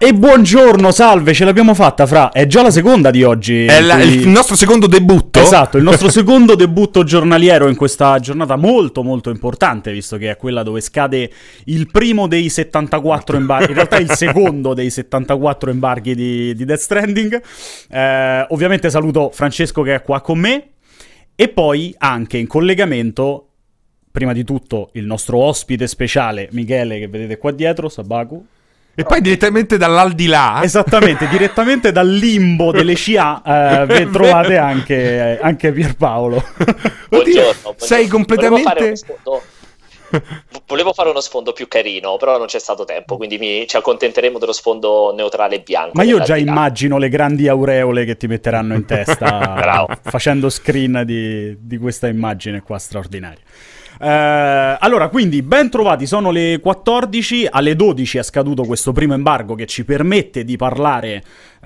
E buongiorno, salve, ce l'abbiamo fatta, Fra. È già la seconda di oggi. È il nostro secondo debutto? Esatto, il nostro secondo debutto giornaliero in questa giornata molto molto importante, visto che è quella dove scade il primo dei 74 embarghi, in realtà il secondo dei 74 embarghi di Death Stranding. Ovviamente saluto Francesco che è qua con me e poi anche in collegamento, prima di tutto, il nostro ospite speciale, Michele, che vedete qua dietro, Sabaku. E poi direttamente dall'aldilà. Esattamente, direttamente dal limbo delle CA trovate anche Pierpaolo. Buongiorno. Sei completamente... Volevo fare uno sfondo più carino, però non c'è stato tempo, quindi ci accontenteremo dello sfondo neutrale e bianco. Ma io già immagino le grandi aureole che ti metteranno in testa facendo screen di questa immagine qua straordinaria. Allora, quindi ben trovati, sono le 14, alle 12 è scaduto questo primo embargo che ci permette di parlare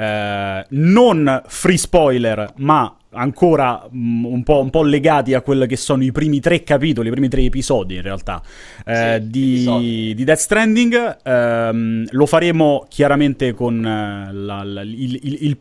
non free spoiler, ma ancora un po' legati a quelli che sono i primi 3 capitoli, i primi 3 episodi in realtà di Death Stranding. Lo faremo chiaramente con il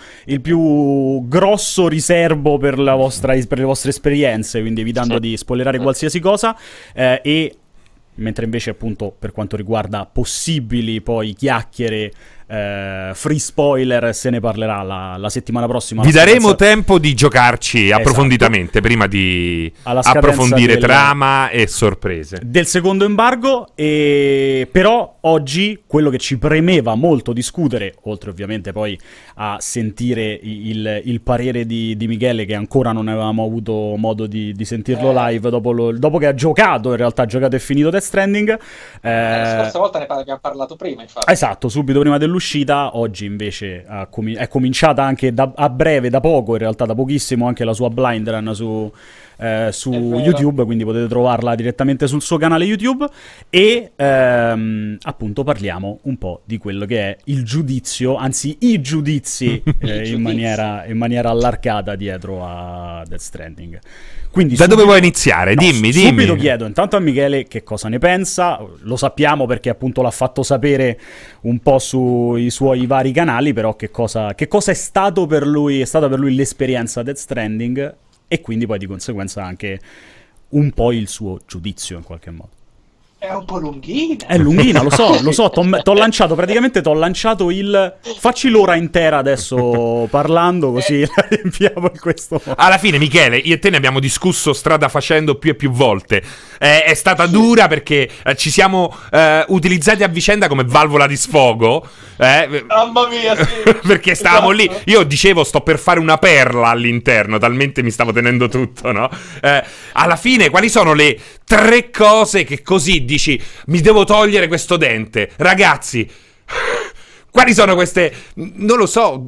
più grosso riservo per le vostre esperienze, quindi evitando di spoilerare qualsiasi cosa, e mentre invece appunto per quanto riguarda possibili poi chiacchiere free spoiler se ne parlerà la settimana prossima. Vi daremo tempo di giocarci approfonditamente prima di approfondire trama e sorprese del secondo embargo. E però oggi quello che ci premeva molto discutere, oltre ovviamente poi a sentire il parere di Michele, che ancora non avevamo avuto modo di sentirlo live dopo che ha giocato, in realtà ha giocato e finito Death Stranding. La scorsa volta ne abbiamo parlato prima, infatti. Esatto, subito prima dell'uscita. Oggi invece è cominciata anche a breve, da poco, in realtà da pochissimo, anche la sua blind run su YouTube, quindi potete trovarla direttamente sul suo canale YouTube. E appunto parliamo un po' di quello che è il giudizio, anzi i giudizi in maniera allargata dietro a Death Stranding. Quindi dove vuoi iniziare? Dimmi. Subito chiedo intanto a Michele che cosa ne pensa. Lo sappiamo perché appunto l'ha fatto sapere un po' sui suoi vari canali, però che cosa è stato per lui l'esperienza Death Stranding, e quindi poi di conseguenza anche un po' il suo giudizio in qualche modo. È un po' lunghina. È lunghina, lo so, t'ho lanciato il... Facci l'ora intera adesso parlando, così la riempiamo in questo modo. Alla fine, Michele, io e te ne abbiamo discusso strada facendo più e più volte. È stata dura perché ci siamo utilizzati a vicenda come valvola di sfogo. Mamma mia, sì. Perché stavamo lì. Io dicevo, sto per fare una perla all'interno, talmente mi stavo tenendo tutto, no? Alla fine, quali sono le 3 cose che così dici, mi devo togliere questo dente? Ragazzi, quali sono queste? Non lo so.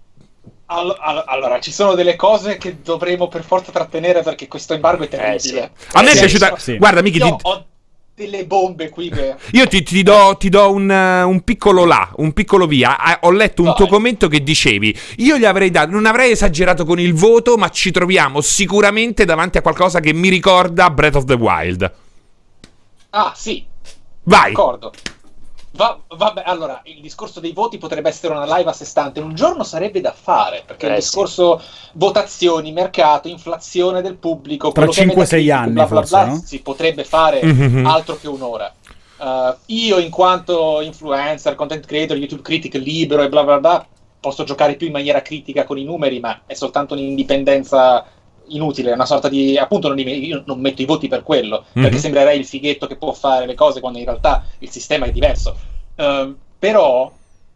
Allora, ci sono delle cose che dovremo per forza trattenere perché questo embargo è terribile. A me è piaciuta. Sì. Guarda, Miki, ho delle bombe qui che... Io ti do un piccolo via. Ho letto un tuo commento che dicevi, io gli avrei dato, non avrei esagerato con il voto, ma ci troviamo sicuramente davanti a qualcosa che mi ricorda Breath of the Wild. Ah, sì. Vai. D'accordo. Vabbè, allora, il discorso dei voti potrebbe essere una live a sé stante. Un giorno sarebbe da fare, perché il discorso votazioni, mercato, inflazione del pubblico, tra 5-6 anni bla bla forse, bla, no? si potrebbe fare altro che un'ora. Io, in quanto influencer, content creator, YouTube critic libero e bla bla bla, posso giocare più in maniera critica con i numeri, ma è soltanto un'indipendenza inutile, è una sorta di... appunto io non metto i voti per quello, perché sembrerei il fighetto che può fare le cose quando in realtà il sistema è diverso. Però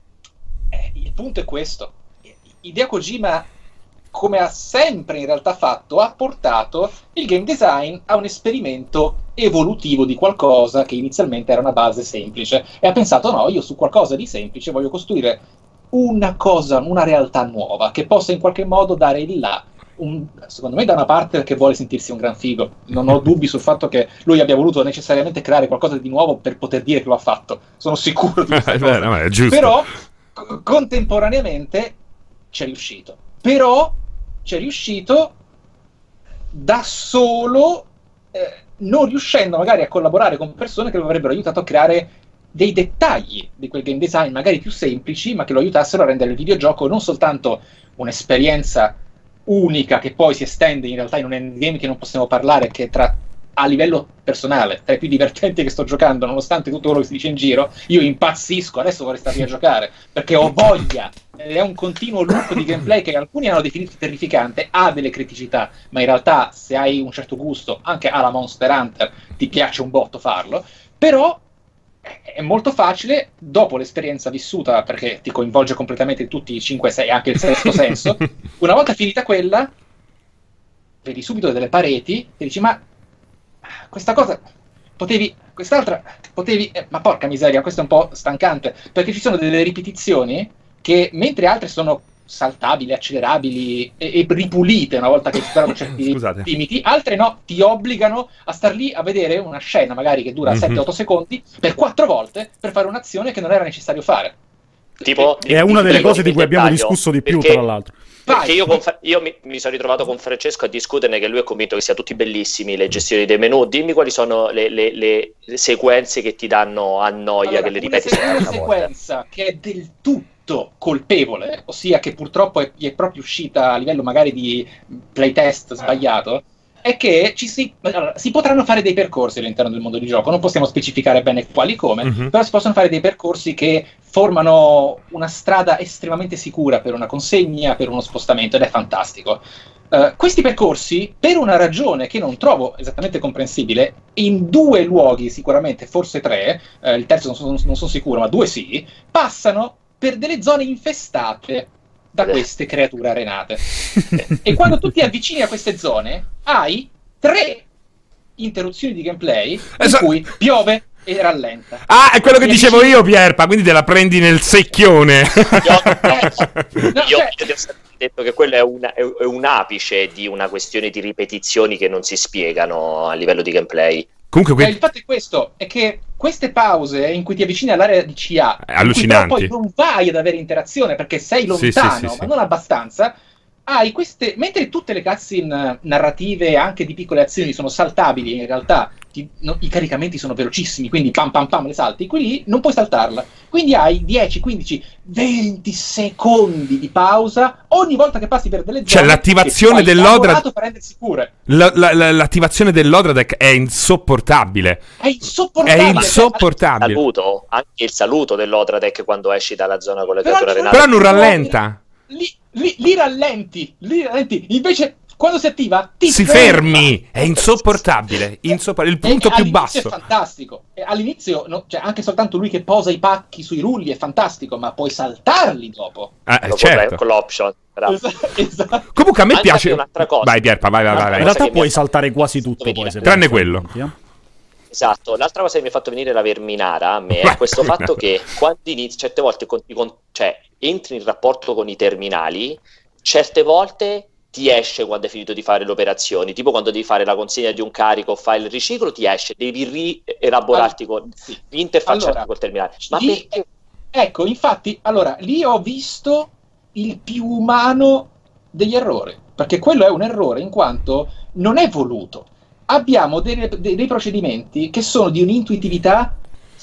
il punto è questo: Hideo Kojima, come ha sempre in realtà fatto, ha portato il game design a un esperimento evolutivo di qualcosa che inizialmente era una base semplice, e ha pensato, no, io su qualcosa di semplice voglio costruire una cosa, una realtà nuova che possa in qualche modo dare il là. Secondo me da una parte perché vuole sentirsi un gran figo, non ho dubbi sul fatto che lui abbia voluto necessariamente creare qualcosa di nuovo per poter dire che lo ha fatto, sono sicuro di questa cosa. No, è giusto. Però contemporaneamente c'è riuscito, da solo, non riuscendo magari a collaborare con persone che lo avrebbero aiutato a creare dei dettagli di quel game design magari più semplici, ma che lo aiutassero a rendere il videogioco non soltanto un'esperienza unica che poi si estende in realtà in un endgame che non possiamo parlare, che a livello personale tra i più divertenti che sto giocando, nonostante tutto quello che si dice in giro, io impazzisco, adesso vorrei starmi a giocare perché ho voglia, ed è un continuo loop di gameplay che alcuni hanno definito terrificante, ha delle criticità, ma in realtà se hai un certo gusto, anche alla Monster Hunter, ti piace un botto farlo, però è molto facile, dopo l'esperienza vissuta, perché ti coinvolge completamente tutti i 5-6, anche il sesto senso, una volta finita quella, vedi subito delle pareti e dici, ma questa cosa quest'altra potevi, ma porca miseria, questo è un po' stancante, perché ci sono delle ripetizioni che, mentre altre sono saltabili, accelerabili e ripulite una volta che superano certi limiti, altre no, ti obbligano a star lì a vedere una scena magari che dura 7-8 secondi per 4 volte per fare un'azione che non era necessario fare. È una delle cose di cui abbiamo discusso di più, tra l'altro. Perché io mi sono ritrovato con Francesco a discuterne, che lui è convinto che sia tutti bellissimi le gestioni dei menu. Dimmi quali sono le sequenze che ti danno a noia, allora, che le ripeti sempre una sequenza che è del tutto colpevole, ossia che purtroppo è proprio uscita a livello magari di playtest sbagliato, è che si potranno fare dei percorsi all'interno del mondo di gioco, non possiamo specificare bene quali come, però si possono fare dei percorsi che formano una strada estremamente sicura per una consegna, per uno spostamento, ed è fantastico. Questi percorsi, per una ragione che non trovo esattamente comprensibile, in 2 luoghi sicuramente, forse 3, il terzo non sono sicuro, ma 2 sì, passano per delle zone infestate da queste creature arenate. E quando tu ti avvicini a queste zone, hai 3 interruzioni di gameplay in cui piove e rallenta. Ah, è quello che dicevo io, Pierpa, quindi te la prendi nel secchione. Io ti ho sempre detto che quello è un apice di una questione di ripetizioni che non si spiegano a livello di gameplay. Comunque il fatto è questo, è che queste pause in cui ti avvicini all'area di CA, allucinanti, in cui poi non vai ad avere interazione perché sei lontano, ma non abbastanza, hai queste, mentre tutte le cutscene narrative anche di piccole azioni sono saltabili, in realtà i caricamenti sono velocissimi, quindi pam pam pam le salti, qui lì non puoi saltarla, quindi hai 10, 15, 20 secondi di pausa ogni volta che passi per delle zone, cioè l'attivazione dell'Odradek per rendersi sicure. L'attivazione dell'Odradek è insopportabile. È insopportabile. Anche il saluto dell'Odradek quando esci dalla zona con le creature arenate. Però non rallenta. Li rallenti. Invece quando si attiva si fermi. È insopportabile. Il punto più basso. È fantastico. All'inizio cioè, anche soltanto lui che posa i pacchi sui rulli è fantastico, ma puoi saltarli dopo. Certo. Con l'option. Esatto. Comunque a me piace un'altra cosa. Vai Pierpa, vai. In realtà puoi saltare quasi tutto poi, tranne quello. Esatto, l'altra cosa che mi ha fatto venire la verminara a me è questo fatto che quando inizi, certe volte entri in rapporto con i terminali, certe volte ti esce quando hai finito di fare le operazioni, tipo quando devi fare la consegna di un carico o fai il riciclo, ti esce, devi rielaborarti interfacciarti col terminale. Ma perché? Ecco, infatti, lì ho visto il più umano degli errori, perché quello è un errore in quanto non è voluto. Abbiamo dei procedimenti che sono di un'intuitività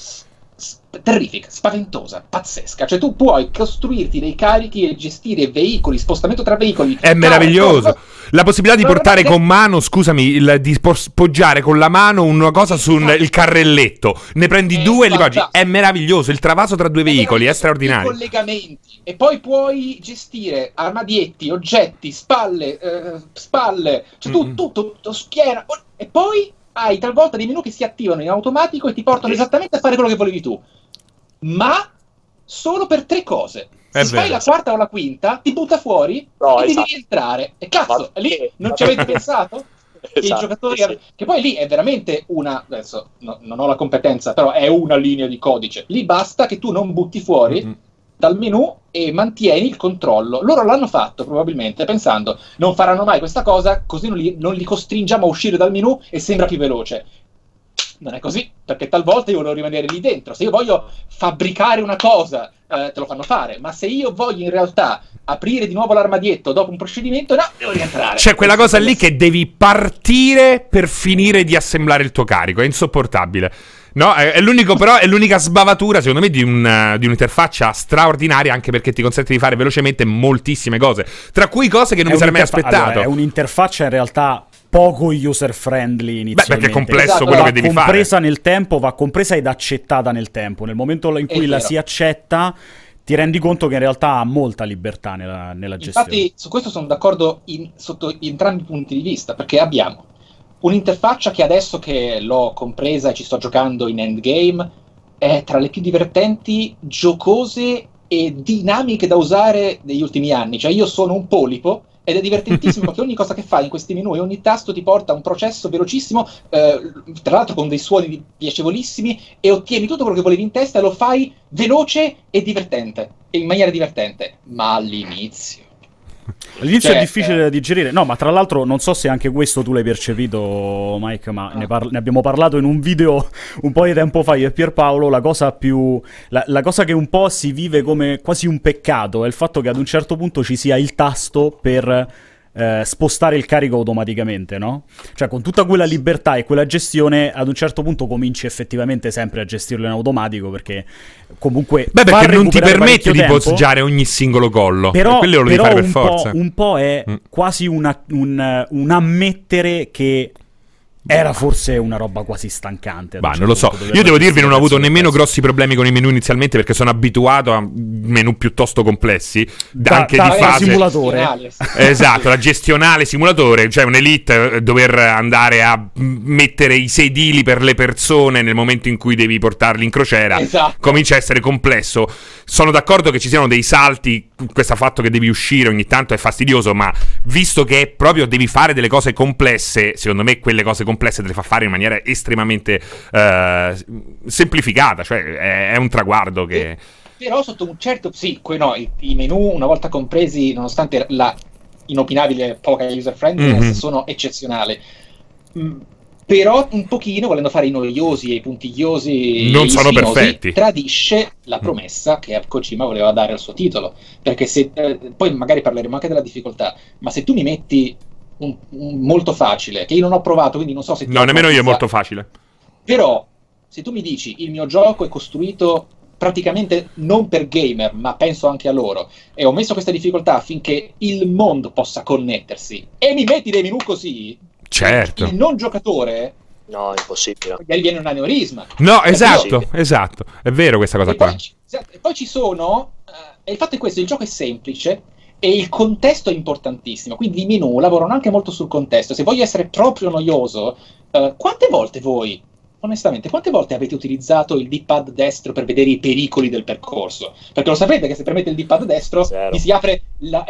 terrifica, spaventosa, pazzesca. Cioè tu puoi costruirti dei carichi e gestire veicoli, spostamento tra veicoli. È meraviglioso. La possibilità di portare con mano, di poggiare con la mano una cosa sul carrelletto. Ne prendi 2 e li poggi. È meraviglioso. Il travaso tra 2 veicoli è straordinario. I collegamenti. E poi puoi gestire armadietti, oggetti, spalle. Cioè tu tutto schiena. E poi hai talvolta dei menu che si attivano in automatico e ti portano esattamente a fare quello che volevi tu. Ma solo per 3 cose. Se fai la quarta o la quinta, ti butta fuori e devi rientrare. E cazzo, lì non ci avete pensato? Esatto, i giocatori che poi lì è veramente adesso non ho la competenza, però è una linea di codice. Lì basta che tu non butti fuori dal menu e mantieni il controllo. Loro l'hanno fatto probabilmente pensando non faranno mai questa cosa, così non li costringiamo a uscire dal menu e sembra più veloce. Non è così, perché talvolta io volevo rimanere lì dentro. Se io voglio fabbricare una cosa, te lo fanno fare, ma se io voglio in realtà aprire di nuovo l'armadietto dopo un procedimento, no, devo rientrare. C'è quella cosa lì che devi partire per finire di assemblare il tuo carico, è insopportabile. No, è l'unico, però è l'unica sbavatura, secondo me, di un'interfaccia straordinaria, anche perché ti consente di fare velocemente moltissime cose, tra cui cose che non mi sarei mai aspettato. Allora, è un'interfaccia in realtà poco user friendly inizialmente. Beh, perché è complesso quello che devi fare. Va compresa nel tempo, va compresa ed accettata nel tempo. Nel momento in cui la si accetta, ti rendi conto che in realtà ha molta libertà nella gestione. Infatti, su questo sono d'accordo sotto entrambi i punti di vista, perché abbiamo un'interfaccia che adesso che l'ho compresa e ci sto giocando in endgame è tra le più divertenti, giocose e dinamiche da usare negli ultimi anni. Cioè io sono un polipo ed è divertentissimo perché ogni cosa che fai in questi menu e ogni tasto ti porta a un processo velocissimo, tra l'altro con dei suoni piacevolissimi, e ottieni tutto quello che volevi in testa e lo fai veloce e divertente, e in maniera divertente. Ma all'inizio è difficile da digerire. No, ma tra l'altro non so se anche questo tu l'hai percepito, Mike, ma ne abbiamo parlato in un video un po' di tempo fa io e Pierpaolo. La cosa che un po' si vive come quasi un peccato è il fatto che ad un certo punto ci sia il tasto per spostare il carico automaticamente, no? Cioè con tutta quella libertà e quella gestione ad un certo punto cominci effettivamente sempre a gestirlo in automatico, perché comunque perché non ti permette di posteggiare ogni singolo collo, però quello lo devi fare per forza. Un po' è quasi un ammettere che era forse una roba quasi stancante. Ma non lo so, io devo dirvi non ho avuto nemmeno grossi problemi con i menu inizialmente, perché sono abituato a menu piuttosto complessi, anche di fase simulatore. Esatto, la gestionale simulatore, cioè un Elite, dover andare a mettere i sedili per le persone nel momento in cui devi portarli in crociera, comincia a essere complesso. Sono d'accordo che ci siano dei salti, questo fatto che devi uscire ogni tanto è fastidioso, ma visto che proprio devi fare delle cose complesse, secondo me quelle cose complesse te le fa fare in maniera estremamente semplificata, cioè è un traguardo che... Però sotto un certo... Sì, i menu una volta compresi, nonostante la inopinabile poca user friendliness, sono eccezionali. Però un pochino, volendo fare i noiosi e i puntigliosi, non sono perfetti, tradisce la promessa che Kojima voleva dare al suo titolo, perché se poi magari parleremo anche della difficoltà, ma se tu mi metti un molto facile, che io non ho provato, quindi non so se no, nemmeno io è molto facile, però se tu mi dici il mio gioco è costruito praticamente non per gamer, ma penso anche a loro, e ho messo questa difficoltà affinché il mondo possa connettersi, e mi metti dei menu così, certo, il non giocatore, no, è impossibile, gli viene un aneurisma. No, esatto, è vero questa cosa qua. Poi ci sono, e il fatto è questo, il gioco è semplice e il contesto è importantissimo, quindi i menu lavorano anche molto sul contesto. Se voglio essere proprio noioso, quante volte avete utilizzato il D-pad destro per vedere i pericoli del percorso? Perché lo sapete che se premete il D-pad destro vi si apre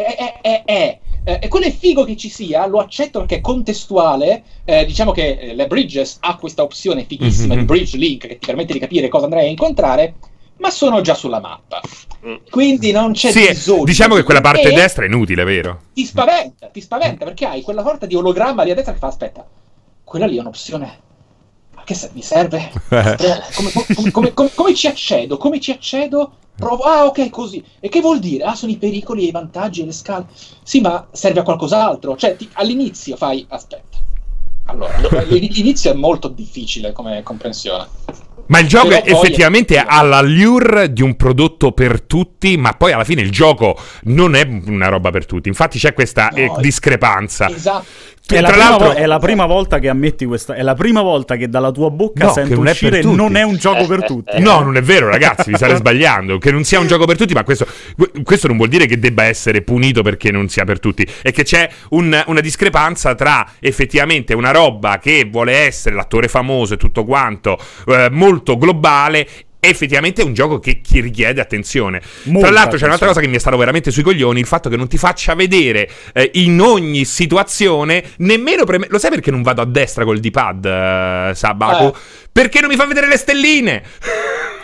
e quello è figo che ci sia, lo accetto perché è contestuale. Diciamo che la Bridges ha questa opzione fighissima di Bridge Link che ti permette di capire cosa andrai a incontrare, ma sono già sulla mappa, quindi non c'è bisogno. Diciamo che quella parte destra è inutile, vero? Ti spaventa perché hai quella sorta di ologramma lì a destra che fa: aspetta, quella lì è un'opzione, ma che mi serve? Come ci accedo? Provo, ok, così. E che vuol dire? Sono i pericoli e i vantaggi e le scale. Sì, ma serve a qualcos'altro. Cioè, all'inizio fai, aspetta. Allora, l'inizio è molto difficile come comprensione. Ma il gioco effettivamente ha l'allure di un prodotto per tutti, ma poi alla fine il gioco non è una roba per tutti. Infatti c'è questa discrepanza. Esatto. È la prima volta che ammetti questa. È la prima volta che dalla tua bocca sento uscire non è un gioco per tutti. No, non è vero, ragazzi, vi state sbagliando. Che non sia un gioco per tutti, ma questo non vuol dire che debba essere punito perché non sia per tutti. È che c'è una discrepanza tra effettivamente una roba che vuole essere l'attore famoso e tutto quanto, molto globale, effettivamente è un gioco che richiede attenzione. Tra l'altro c'è un'altra cosa che mi è stato veramente sui coglioni: il fatto che non ti faccia vedere in ogni situazione nemmeno lo sai perché non vado a destra col D-pad, Sabaku? Perché non mi fa vedere le stelline.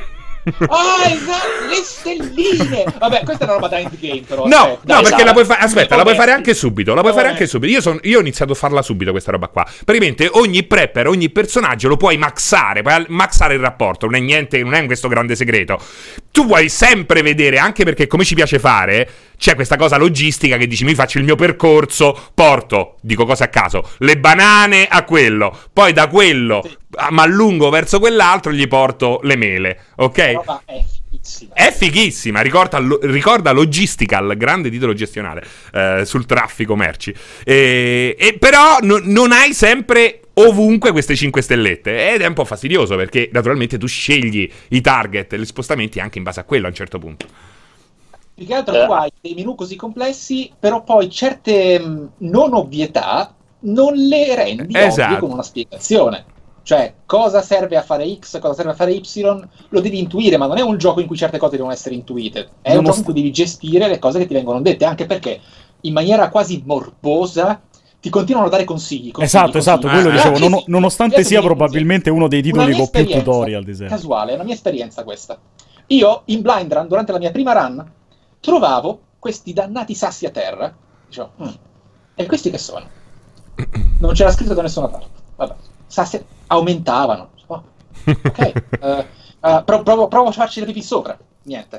esatto, le stelline. Vabbè, questa è una roba da endgame, però. No, dai, perché esatto. la puoi fare. Aspetta, la puoi fare anche subito. La puoi fare anche subito. Io ho iniziato a farla subito questa roba qua. Praticamente ogni prepper, ogni personaggio lo puoi maxare. Puoi maxare il rapporto. Non è niente, non è questo grande segreto. Tu vuoi sempre vedere, anche perché come ci piace fare, c'è questa cosa logistica che dici: mi faccio il mio percorso, porto, dico cose a caso, le banane a quello, poi da quello mi allungo verso quell'altro e gli porto le mele, ok? La roba è fighissima, ricorda Logistical, grande titolo gestionale sul traffico merci. E però non hai sempre ovunque queste 5 stellette ed è un po' fastidioso perché naturalmente tu scegli i target e gli spostamenti anche in base a quello a un certo punto. Più che altro tu hai dei menu così complessi, però poi certe non ovvietà non le rendi ovvie con una spiegazione. Cioè, cosa serve a fare X, cosa serve a fare Y, lo devi intuire, ma non è un gioco in cui certe cose devono essere intuite. È un gioco in cui devi gestire le cose che ti vengono dette, anche perché in maniera quasi morbosa ti continuano a dare consigli. Esatto, quello dicevo, nonostante sia probabilmente uno dei titoli con più tutorial di sé. Casuale, è una mia esperienza questa. Io, in Blind Run, durante la mia prima run, trovavo questi dannati sassi a terra, dicevo, e questi che sono? Non c'era scritto da nessuna parte. Vabbè, sassi aumentavano. Ok, provo a farci le pipì sopra. Niente.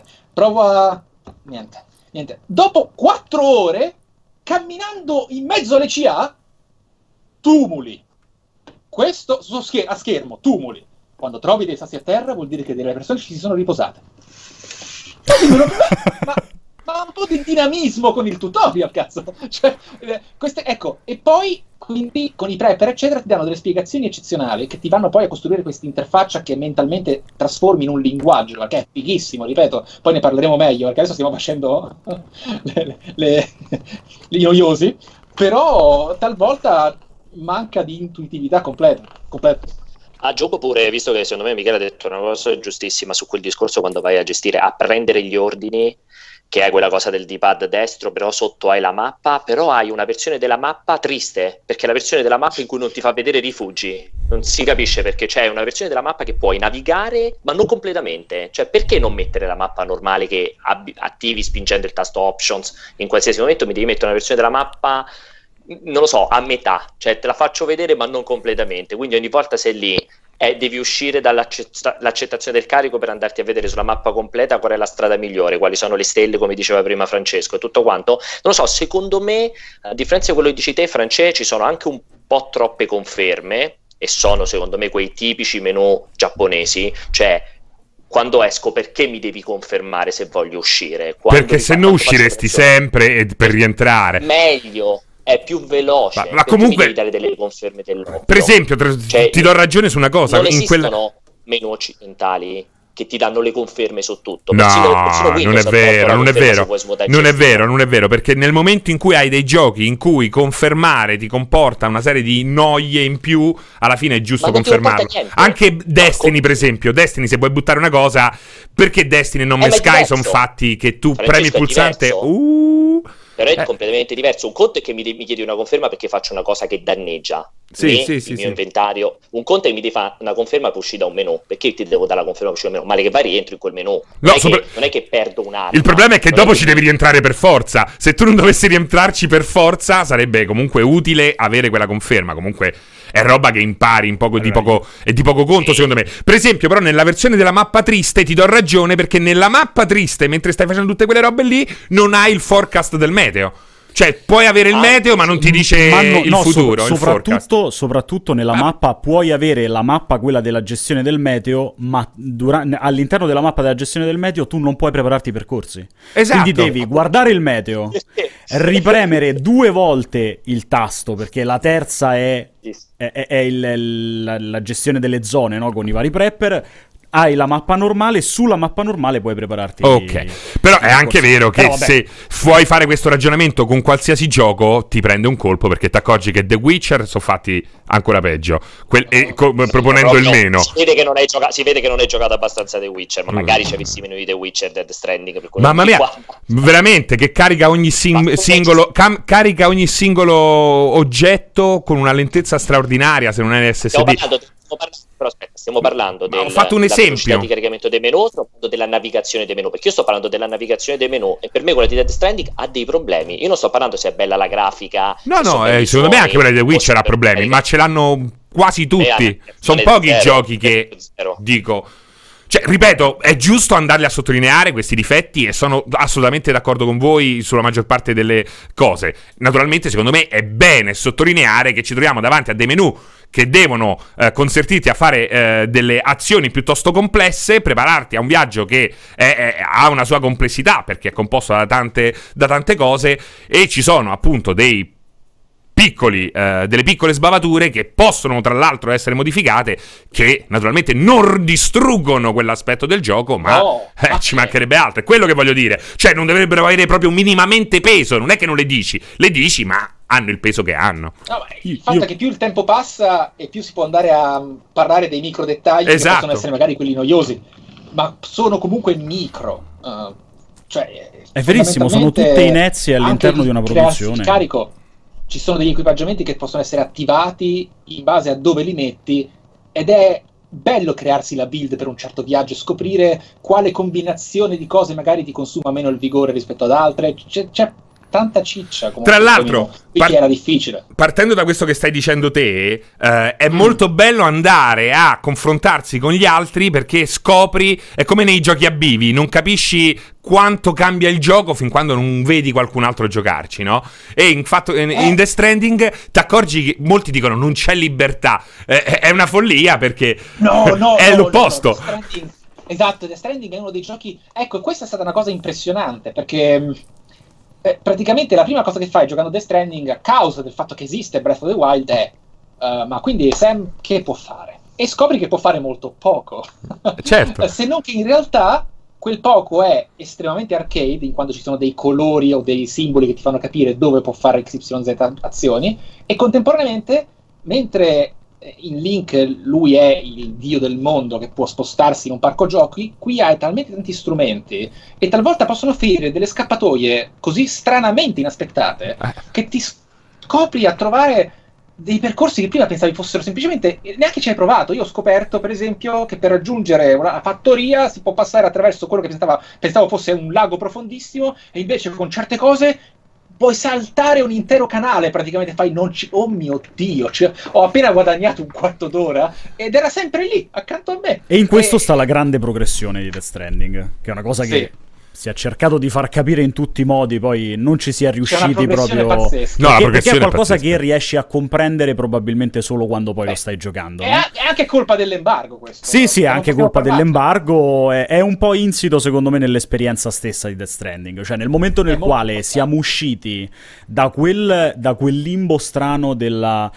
Niente. Dopo 4 ore, camminando in mezzo alle CA, tumuli. Questo a schermo, tumuli. Quando trovi dei sassi a terra vuol dire che delle persone ci si sono riposate. Ma un po' di dinamismo con il tutorial, cazzo. Cioè, ecco, e poi quindi con i prepper eccetera ti danno delle spiegazioni eccezionali che ti vanno poi a costruire questa interfaccia che mentalmente trasformi in un linguaggio, perché è fighissimo, ripeto, poi ne parleremo meglio perché adesso stiamo facendo gli noiosi, però talvolta manca di intuitività completa. A gioco pure, visto che secondo me Michele ha detto una cosa giustissima su quel discorso, quando vai a gestire, a prendere gli ordini, che hai quella cosa del D-pad destro, però sotto hai la mappa, però hai una versione della mappa triste, perché è la versione della mappa in cui non ti fa vedere rifugi, non si capisce perché c'è una versione della mappa che puoi navigare, ma non completamente, cioè perché non mettere la mappa normale che attivi spingendo il tasto options in qualsiasi momento, mi devi mettere una versione della mappa, non lo so, a metà, cioè te la faccio vedere ma non completamente, quindi ogni volta sei lì devi uscire dall'accettazione del carico per andarti a vedere sulla mappa completa qual è la strada migliore, quali sono le stelle, come diceva prima Francesco e tutto quanto. Non lo so, secondo me, a differenza di quello che dici te, Francesco, ci sono anche un po' troppe conferme e sono secondo me quei tipici menu giapponesi, cioè quando esco perché mi devi confermare se voglio uscire? Perché se no usciresti sempre per rientrare. Meglio. È più veloce, ma comunque devi dare delle conferme dell'occhio. Per esempio, ti do ragione su una cosa. Non esistono menu occidentali che ti danno le conferme su tutto. No, non è vero, perché nel momento in cui hai dei giochi in cui confermare ti comporta una serie di noie in più, alla fine è giusto confermarlo. Anche Destiny, per esempio, Destiny, se vuoi buttare una cosa, perché Destiny e non Me Sky sono fatti che tu premi il pulsante però è completamente diverso. Un conto è che mi chiedi una conferma perché faccio una cosa che danneggia il mio inventario. Un conto è che mi devi fare una conferma per uscire da un menu. Perché ti devo dare la conferma per uscire da un menu? Male che vai rientro in quel menu. Non è che perdo un'arma. Il problema è che dopo ci devi rientrare per forza. Se tu non dovessi rientrarci per forza, sarebbe comunque utile avere quella conferma. Comunque è roba che impari di poco conto, secondo me. Per esempio, però, nella versione della mappa triste ti do ragione, perché nella mappa triste, mentre stai facendo tutte quelle robe lì, non hai il forecast del meteo. Cioè, puoi avere il meteo, ma non ti dice il futuro. Soprattutto nella mappa puoi avere la mappa, quella della gestione del meteo, ma all'interno della mappa della gestione del meteo tu non puoi prepararti i percorsi. Esatto. Quindi devi guardare il meteo, ripremere 2 volte il tasto, perché la terza è la gestione delle zone, no? Con i vari prepper. Hai la mappa normale, sulla mappa normale puoi prepararti. Ok, però è anche vero che se vuoi fare questo ragionamento con qualsiasi gioco ti prende un colpo, perché ti accorgi che The Witcher sono fatti ancora peggio, proponendo il meno. Si vede che non hai giocato abbastanza The Witcher, ma magari ci avessi meno di The Witcher, Death Stranding. Per mamma mia, veramente, che carica ogni singolo oggetto con una lentezza straordinaria, se non è SSD. Però aspetta, Stiamo parlando ho fatto un esempio di caricamento dei menu, sto parlando della navigazione dei menu, perché io sto parlando della navigazione dei menu e per me quella di Death Stranding ha dei problemi. Io non sto parlando se è bella la grafica. Secondo me anche quella di The Witcher ha problemi, ma ce l'hanno quasi tutti. Sono pochi i giochi che dico. Cioè, ripeto, è giusto andarli a sottolineare questi difetti e sono assolutamente d'accordo con voi sulla maggior parte delle cose. Naturalmente, secondo me, è bene sottolineare che ci troviamo davanti a dei menu che devono consentirti a fare delle azioni piuttosto complesse, prepararti a un viaggio che ha una sua complessità, perché è composto da tante cose, e ci sono appunto delle piccole sbavature che possono tra l'altro essere modificate, che naturalmente non distruggono quell'aspetto del gioco, ma ci mancherebbe altro. È quello che voglio dire. Cioè, non dovrebbero avere proprio minimamente peso. Non è che non le dici, ma hanno il peso che hanno. Il fatto è che più il tempo passa e più si può andare a parlare dei micro dettagli, che possono essere magari quelli noiosi, ma sono comunque micro. Cioè, è verissimo, sono tutte inezie all'interno di una produzione. Carico. Ci sono degli equipaggiamenti che possono essere attivati in base a dove li metti, ed è bello crearsi la build per un certo viaggio, scoprire quale combinazione di cose magari ti consuma meno il vigore rispetto ad altre. C'è tanta ciccia. Tra l'altro, era difficile. Partendo da questo che stai dicendo te, è molto bello andare a confrontarsi con gli altri, perché scopri, è come nei giochi a bivi, non capisci quanto cambia il gioco fin quando non vedi qualcun altro giocarci, no? E in Death Stranding ti accorgi che molti dicono non c'è libertà, è una follia, perché è l'opposto. Esatto, Death Stranding è uno dei giochi, ecco, questa è stata una cosa impressionante, perché praticamente la prima cosa che fai giocando Death Stranding, a causa del fatto che esiste Breath of the Wild, è ma quindi Sam che può fare? E scopri che può fare molto poco. Certo. Se non che in realtà quel poco è estremamente arcade, in quanto ci sono dei colori o dei simboli che ti fanno capire dove può fare XYZ azioni, e contemporaneamente, mentre in Link lui è il dio del mondo che può spostarsi in un parco giochi, qui hai talmente tanti strumenti e talvolta possono offrire delle scappatoie così stranamente inaspettate che ti scopri a trovare dei percorsi che prima pensavi fossero semplicemente, neanche ci hai provato. Io ho scoperto per esempio che per raggiungere una fattoria si può passare attraverso quello che pensavo fosse un lago profondissimo, e invece con certe cose puoi saltare un intero canale, praticamente oh mio Dio, ho appena guadagnato un quarto d'ora ed era sempre lì, accanto a me. E in questo sta la grande progressione di Death Stranding, che è una cosa che si è cercato di far capire in tutti i modi, poi non ci si è riusciti proprio. Pazzesca. Perché è qualcosa che riesci a comprendere probabilmente solo quando poi lo stai giocando. È anche colpa dell'embargo questo. Sì, è anche colpa dell'embargo, è un po' insito secondo me nell'esperienza stessa di Death Stranding, cioè nel momento nel quale siamo usciti da quel limbo strano del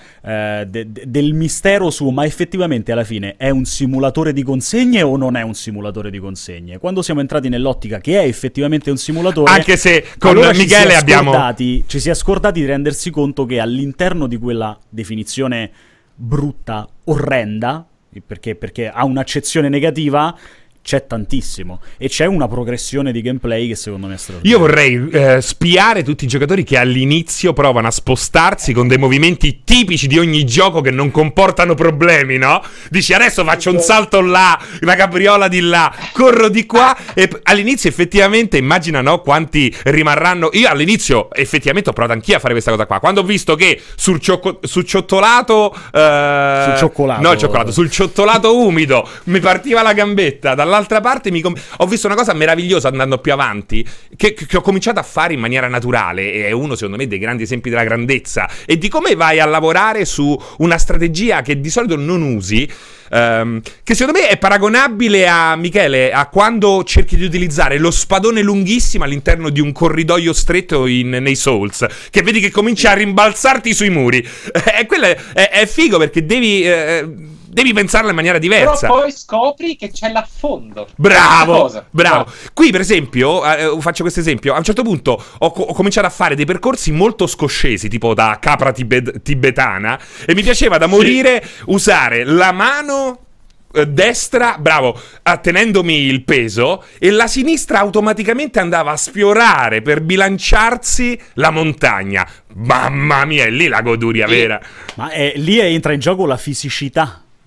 mistero su ma effettivamente alla fine è un simulatore di consegne o non è un simulatore di consegne, quando siamo entrati nell'ottica che è effettivamente un simulatore, anche se con allora Michele ci si è scordati di rendersi conto che all'interno di quella definizione brutta, orrenda, perché ha un'accezione negativa, c'è tantissimo e c'è una progressione di gameplay che secondo me è straordinaria. Io vorrei spiare tutti i giocatori che all'inizio provano a spostarsi con dei movimenti tipici di ogni gioco che non comportano problemi, no? Dici adesso faccio un salto là, una capriola di là, corro di qua, e all'inizio effettivamente immagina, no, quanti rimarranno. Io all'inizio effettivamente ho provato anch'io a fare questa cosa qua, quando ho visto che sul cioccolato umido mi partiva la gambetta, dall'altra parte ho visto una cosa meravigliosa andando più avanti, che ho cominciato a fare in maniera naturale, e è uno secondo me dei grandi esempi della grandezza e di come vai a lavorare su una strategia che di solito non usi, che secondo me è paragonabile a Michele, a quando cerchi di utilizzare lo spadone lunghissimo all'interno di un corridoio stretto nei Souls, che vedi che comincia a rimbalzarti sui muri. Quello è figo, perché devi pensarla in maniera diversa. Però poi scopri che c'è l'affondo. Bravo. Qui per esempio, faccio questo esempio, a un certo punto ho cominciato a fare dei percorsi molto scoscesi, tipo da capra tibetana, e mi piaceva da morire usare la mano destra, tenendomi il peso, e la sinistra automaticamente andava a sfiorare per bilanciarsi la montagna. Mamma mia, è lì la goduria vera. Ma lì entra in gioco la fisicità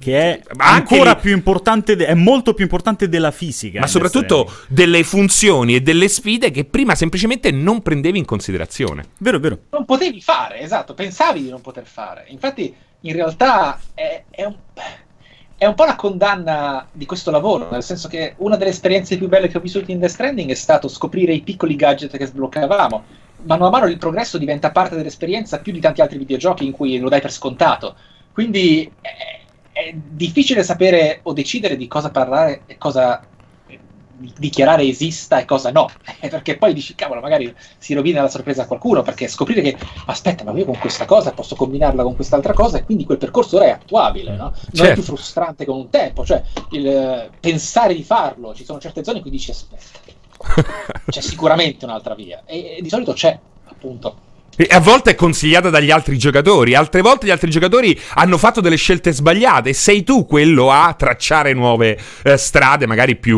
che è ancora più importante, è molto più importante della fisica. Ma soprattutto delle funzioni e delle sfide che prima semplicemente non prendevi in considerazione. Vero, vero. Non potevi fare, esatto, pensavi di non poter fare. Infatti, in realtà, è un po' la condanna di questo lavoro, nel senso che una delle esperienze più belle che ho vissuto in Death Stranding è stato scoprire i piccoli gadget che sbloccavamo. Mano a mano il progresso diventa parte dell'esperienza più di tanti altri videogiochi in cui lo dai per scontato. Quindi è difficile sapere o decidere di cosa parlare e cosa dichiarare esista e cosa no, perché poi dici cavolo, magari si rovina la sorpresa a qualcuno, perché scoprire che aspetta, ma io con questa cosa posso combinarla con quest'altra cosa e quindi quel percorso ora è attuabile, no? Non è più frustrante con un tempo, cioè il pensare di farlo, ci sono certe zone in cui dici aspetta, c'è sicuramente un'altra via e di solito c'è, appunto. E a volte è consigliata dagli altri giocatori, altre volte gli altri giocatori hanno fatto delle scelte sbagliate e sei tu quello a tracciare nuove strade magari più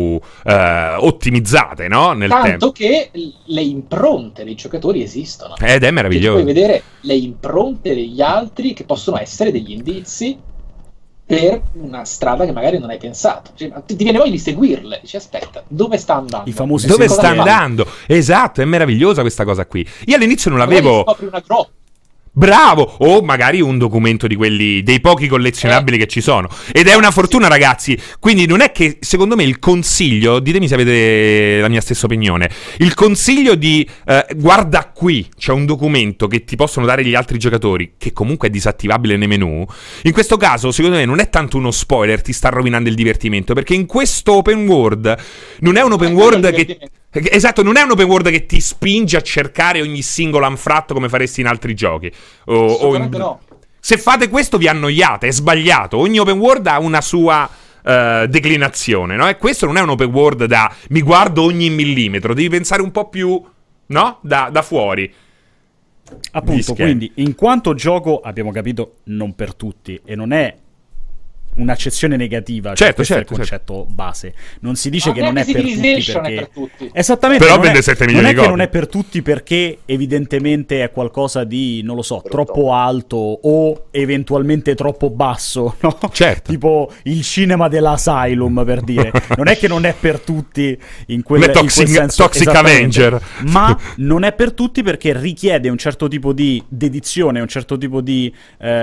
ottimizzate, no? Nel Tanto tempo. che le impronte dei giocatori esistono. Ed è meraviglioso. Puoi vedere le impronte degli altri che possono essere degli indizi per una strada che magari non hai pensato. Cioè, ti viene voglia di seguirle. Dici aspetta, dove sta andando? I famosi dove sta andando? Esatto, è meravigliosa questa cosa qui. Io all'inizio non l'avevo... Scopri una grotta. Bravo! O magari un documento di quelli, dei pochi collezionabili che ci sono. Ed è una fortuna, ragazzi. Quindi non è che, secondo me, il consiglio, ditemi se avete la mia stessa opinione, il consiglio di guarda qui, c'è un documento che ti possono dare gli altri giocatori, che comunque è disattivabile nei menu, in questo caso, secondo me, non è tanto uno spoiler, ti sta rovinando il divertimento, perché in questo open world non è un open world che... Esatto, non è un open world che ti spinge a cercare ogni singolo anfratto come faresti in altri giochi. No. Se fate questo vi annoiate, è sbagliato. Ogni open world ha una sua declinazione, no? E questo non è un open world da mi guardo ogni millimetro, devi pensare un po' più, no? Da fuori. Appunto, quindi, in quanto gioco, abbiamo capito, non per tutti, e non è un'accezione negativa, cioè questo è il concetto base. Non si dice che non è per tutti perché esattamente, però vende 7 milioni di copie. Non è per tutti perché evidentemente è qualcosa di, non lo so, troppo alto o eventualmente troppo basso, no? Certo. Tipo il cinema dell'Asylum, per dire. Non è che non è per tutti in quel senso, Toxic Avenger, ma non è per tutti perché richiede un certo tipo di dedizione, un certo tipo di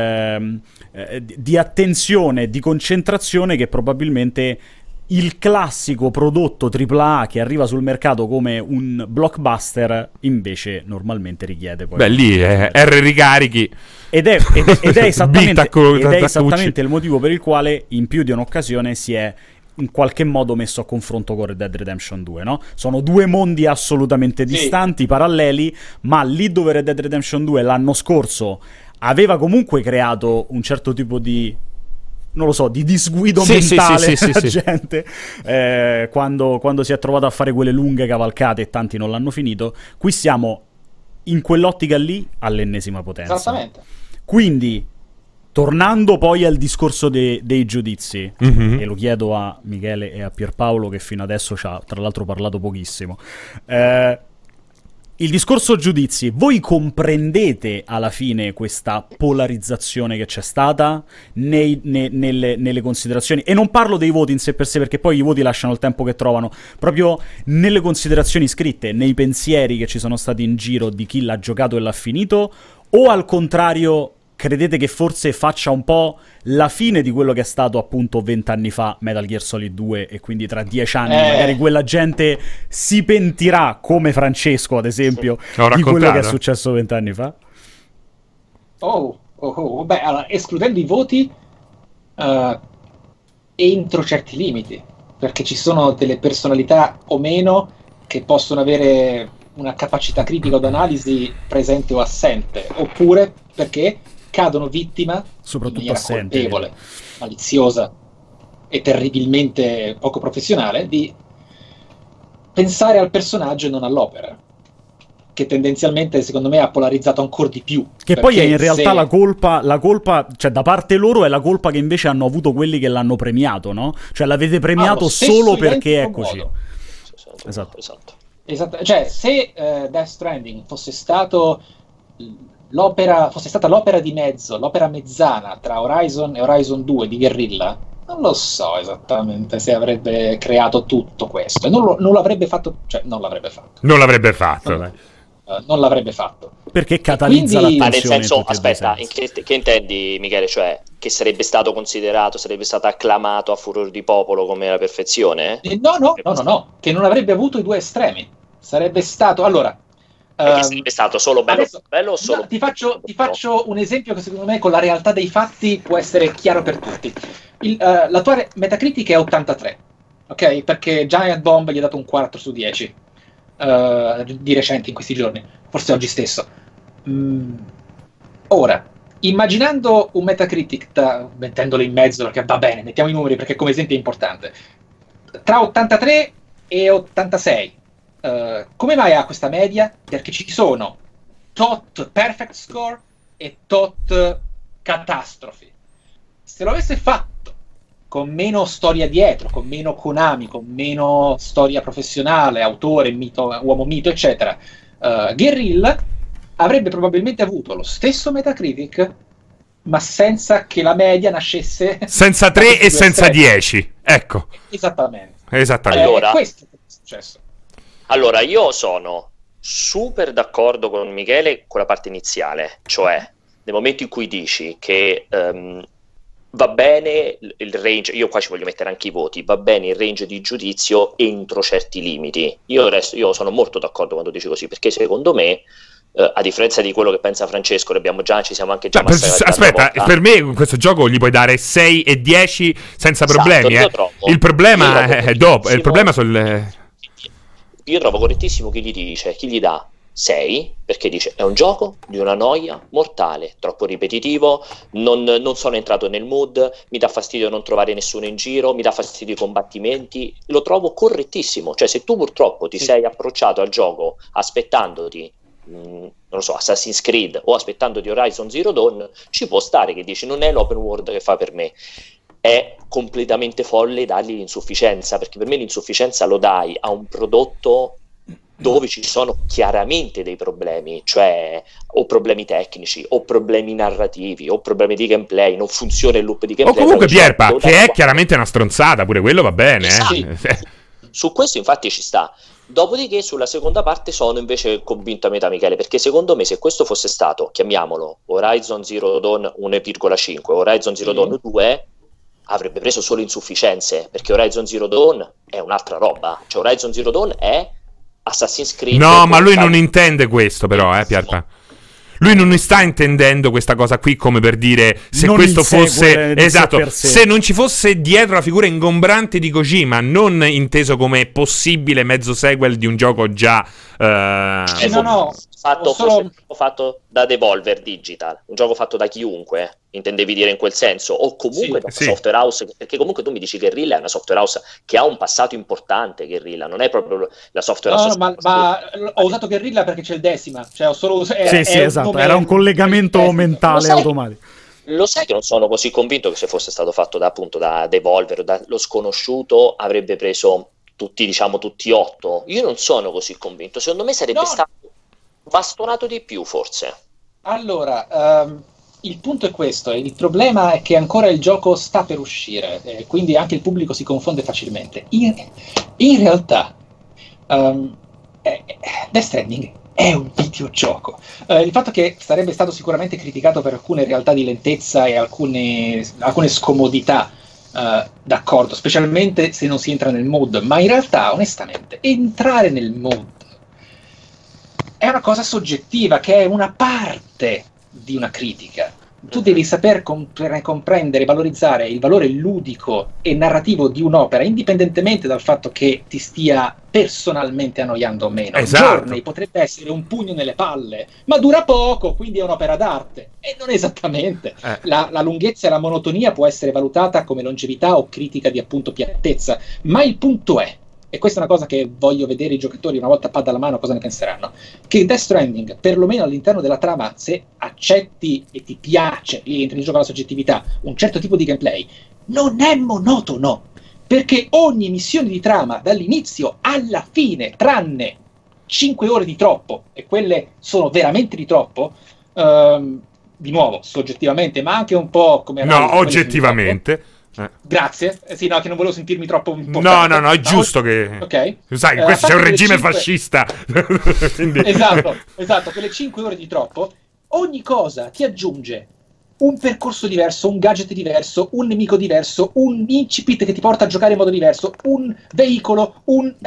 attenzione, di concentrazione che probabilmente il classico prodotto AAA che arriva sul mercato come un blockbuster invece normalmente richiede. Poi beh, lì è R ricarichi ed è esattamente il motivo per il quale in più di un'occasione si è in qualche modo messo a confronto con Red Dead Redemption 2, no? Sono due mondi assolutamente distanti, paralleli, ma lì dove Red Dead Redemption 2 l'anno scorso aveva comunque creato un certo tipo di, non lo so, di disguido mentale alla gente quando si è trovato a fare quelle lunghe cavalcate e tanti non l'hanno finito. Qui siamo in quell'ottica lì all'ennesima potenza. Esattamente. Quindi, tornando poi al discorso dei giudizi, e lo chiedo a Michele e a Pierpaolo che fino adesso ci ha tra l'altro parlato pochissimo, il discorso giudizi, voi comprendete alla fine questa polarizzazione che c'è stata nelle considerazioni? E non parlo dei voti in sé per sé, perché poi i voti lasciano il tempo che trovano, proprio nelle considerazioni scritte, nei pensieri che ci sono stati in giro di chi l'ha giocato e l'ha finito, o al contrario credete che forse faccia un po' la fine di quello che è stato appunto 20 anni fa Metal Gear Solid 2 e quindi tra 10 anni magari quella gente si pentirà, come Francesco ad esempio, di quello che è successo 20 anni fa? Beh, allora, escludendo i voti entro certi limiti, perché ci sono delle personalità o meno che possono avere una capacità critica o d'analisi presente o assente, oppure perché cadono vittima soprattutto in maniera colpevole, maliziosa e terribilmente poco professionale di pensare al personaggio e non all'opera, che tendenzialmente secondo me ha polarizzato ancora di più. Che poi è in realtà la colpa, cioè da parte loro è la colpa che invece hanno avuto quelli che l'hanno premiato, no? Cioè l'avete premiato solo perché è così. Esatto. Cioè se Death Stranding fosse stato fosse stata l'opera di mezzo, l'opera mezzana tra Horizon e Horizon 2 di Guerrilla, non lo so esattamente se avrebbe creato tutto questo. E non l'avrebbe fatto, cioè non l'avrebbe fatto. Non l'avrebbe fatto, non l'avrebbe fatto. Perché catalizza Quindi, l'attenzione. Ma nel senso, aspetta, che intendi, Michele? Cioè, che sarebbe stato considerato, sarebbe stato acclamato a furor di popolo come la perfezione? No, che non avrebbe avuto i due estremi. Sarebbe stato, allora... Che sarebbe stato solo bello, adesso, bello o solo... No, ti faccio un esempio che secondo me con la realtà dei fatti può essere chiaro per tutti. L'attuale Metacritic è 83, ok? Perché Giant Bomb gli ha dato un 4 su 10 di recente in questi giorni, forse oggi stesso. Ora, immaginando un Metacritic, mettendolo in mezzo perché va bene, mettiamo i numeri perché come esempio è importante, tra 83 e 86, come mai ha questa media? Perché ci sono tot perfect score e tot catastrofi. Se lo avesse fatto con meno storia dietro, con meno Konami, con meno storia professionale, autore, uomo mito, eccetera, Guerrilla avrebbe probabilmente avuto lo stesso Metacritic, ma senza che la media nascesse... Senza 3 e senza 10, ecco. Esattamente. Allora, questo è successo. Allora, io sono super d'accordo con Michele con la parte iniziale, cioè nel momento in cui dici che va bene il range, io qua ci voglio mettere anche i voti, va bene il range di giudizio entro certi limiti. Io sono molto d'accordo quando dici così, perché secondo me, a differenza di quello che pensa Francesco, ci siamo anche già aspetta, per me in questo gioco gli puoi dare 6 e 10 senza problemi. Il problema è dopo, il problema sono Io trovo correttissimo chi gli dà 6, perché dice è un gioco di una noia mortale, troppo ripetitivo, non sono entrato nel mood, mi dà fastidio non trovare nessuno in giro, mi dà fastidio i combattimenti. Lo trovo correttissimo, cioè se tu purtroppo ti sei approcciato al gioco aspettandoti non lo so, Assassin's Creed o aspettandoti Horizon Zero Dawn, ci può stare che dici non è l'open world che fa per me. È completamente folle dargli l'insufficienza, perché per me l'insufficienza lo dai a un prodotto dove ci sono chiaramente dei problemi, cioè o problemi tecnici, o problemi narrativi, o problemi di gameplay, non funziona il loop di gameplay. O comunque Pierpa, che è chiaramente una stronzata, pure quello va bene. Sì. Su questo infatti ci sta. Dopodiché sulla seconda parte sono invece convinto a metà, Michele, perché secondo me se questo fosse stato, chiamiamolo Horizon Zero Dawn 1,5, Horizon Zero Dawn 2, avrebbe preso solo insufficienze, perché Horizon Zero Dawn è un'altra roba, cioè Horizon Zero Dawn è Assassin's Creed. No, ma lui non intende questo però, Pierpa. Lui non sta intendendo questa cosa qui come per dire se non questo fosse esatto, se non ci fosse dietro la figura ingombrante di Kojima, non inteso come possibile mezzo sequel di un gioco già fatto da Devolver Digital, un gioco fatto da chiunque, intendevi dire in quel senso, o comunque da una software house, perché comunque tu mi dici Guerrilla è una software house che ha un passato importante. Guerrilla non è proprio la software house. Ma ho usato Guerrilla perché c'è il Decima, cioè ho solo esatto, era un collegamento mentale automatico. Lo sai che non sono così convinto che se fosse stato fatto da Devolver, da lo sconosciuto, avrebbe preso tutti 8. Io non sono così convinto, secondo me sarebbe stato bastonato di più forse. Allora, il punto è questo, il problema è che ancora il gioco sta per uscire, quindi anche il pubblico si confonde facilmente. In realtà Death Stranding è un videogioco. Il fatto che sarebbe stato sicuramente criticato per alcune realtà di lentezza e alcune scomodità, d'accordo, specialmente se non si entra nel mood, ma in realtà onestamente entrare nel mood è una cosa soggettiva, che è una parte di una critica. Tu devi saper comprendere e valorizzare il valore ludico e narrativo di un'opera, indipendentemente dal fatto che ti stia personalmente annoiando o meno. Journey potrebbe essere un pugno nelle palle, ma dura poco, quindi è un'opera d'arte. E non esattamente. La lunghezza e la monotonia può essere valutata come longevità o critica di appunto piattezza, ma il punto è, e questa è una cosa che voglio vedere i giocatori una volta pad alla mano cosa ne penseranno, che Death Stranding, perlomeno all'interno della trama, se accetti e ti piace, lì entra in gioco la soggettività, un certo tipo di gameplay, non è monotono, perché ogni missione di trama dall'inizio alla fine, tranne 5 ore di troppo, e quelle sono veramente di troppo, di nuovo, soggettivamente, ma anche un po' come... No, oggettivamente. Grazie. Sì, no, che non volevo sentirmi troppo... No, è giusto che... Ok. Sai, questo c'è un regime fascista. Quindi... Esatto, quelle 5 ore di troppo, ogni cosa ti aggiunge un percorso diverso, un gadget diverso, un nemico diverso, un incipit che ti porta a giocare in modo diverso, un veicolo,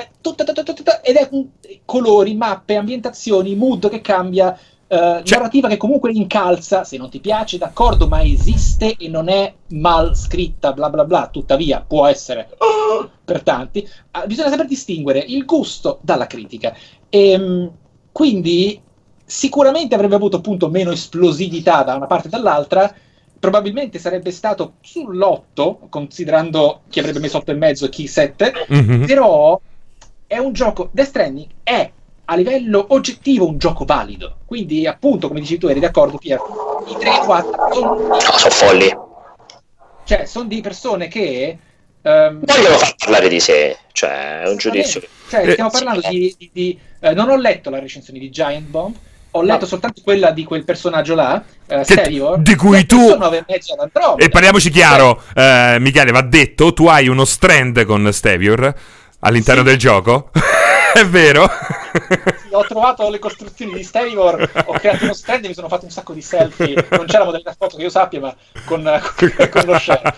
ed è colori, mappe, ambientazioni, mood che cambia, narrativa che comunque incalza. Se non ti piace, d'accordo, ma esiste e non è mal scritta, bla bla bla. Tuttavia può essere per tanti. Bisogna saper distinguere il gusto dalla critica, e quindi sicuramente avrebbe avuto appunto meno esplosività da una parte e dall'altra. Probabilmente sarebbe stato sull'8, considerando chi avrebbe messo 8,5 e chi 7. Però è un gioco, Death Stranding è a livello oggettivo un gioco valido. Quindi appunto, come dici tu, eri d'accordo, Pier, i 3-4 sono folli. Cioè, sono di persone che vogliono far parlare di sé, cioè è un giudizio. Cioè, stiamo parlando di non ho letto la recensione di Giant Bomb, ho letto soltanto quella di quel personaggio là, Stevior, di cui tu... E parliamoci chiaro, Michele, va detto, tu hai uno strand con Stevior all'interno del gioco. È vero? Sì, ho trovato le costruzioni di Stevior, ho creato uno strand e mi sono fatto un sacco di selfie. Non c'è la modalità foto che io sappia, ma con lo share.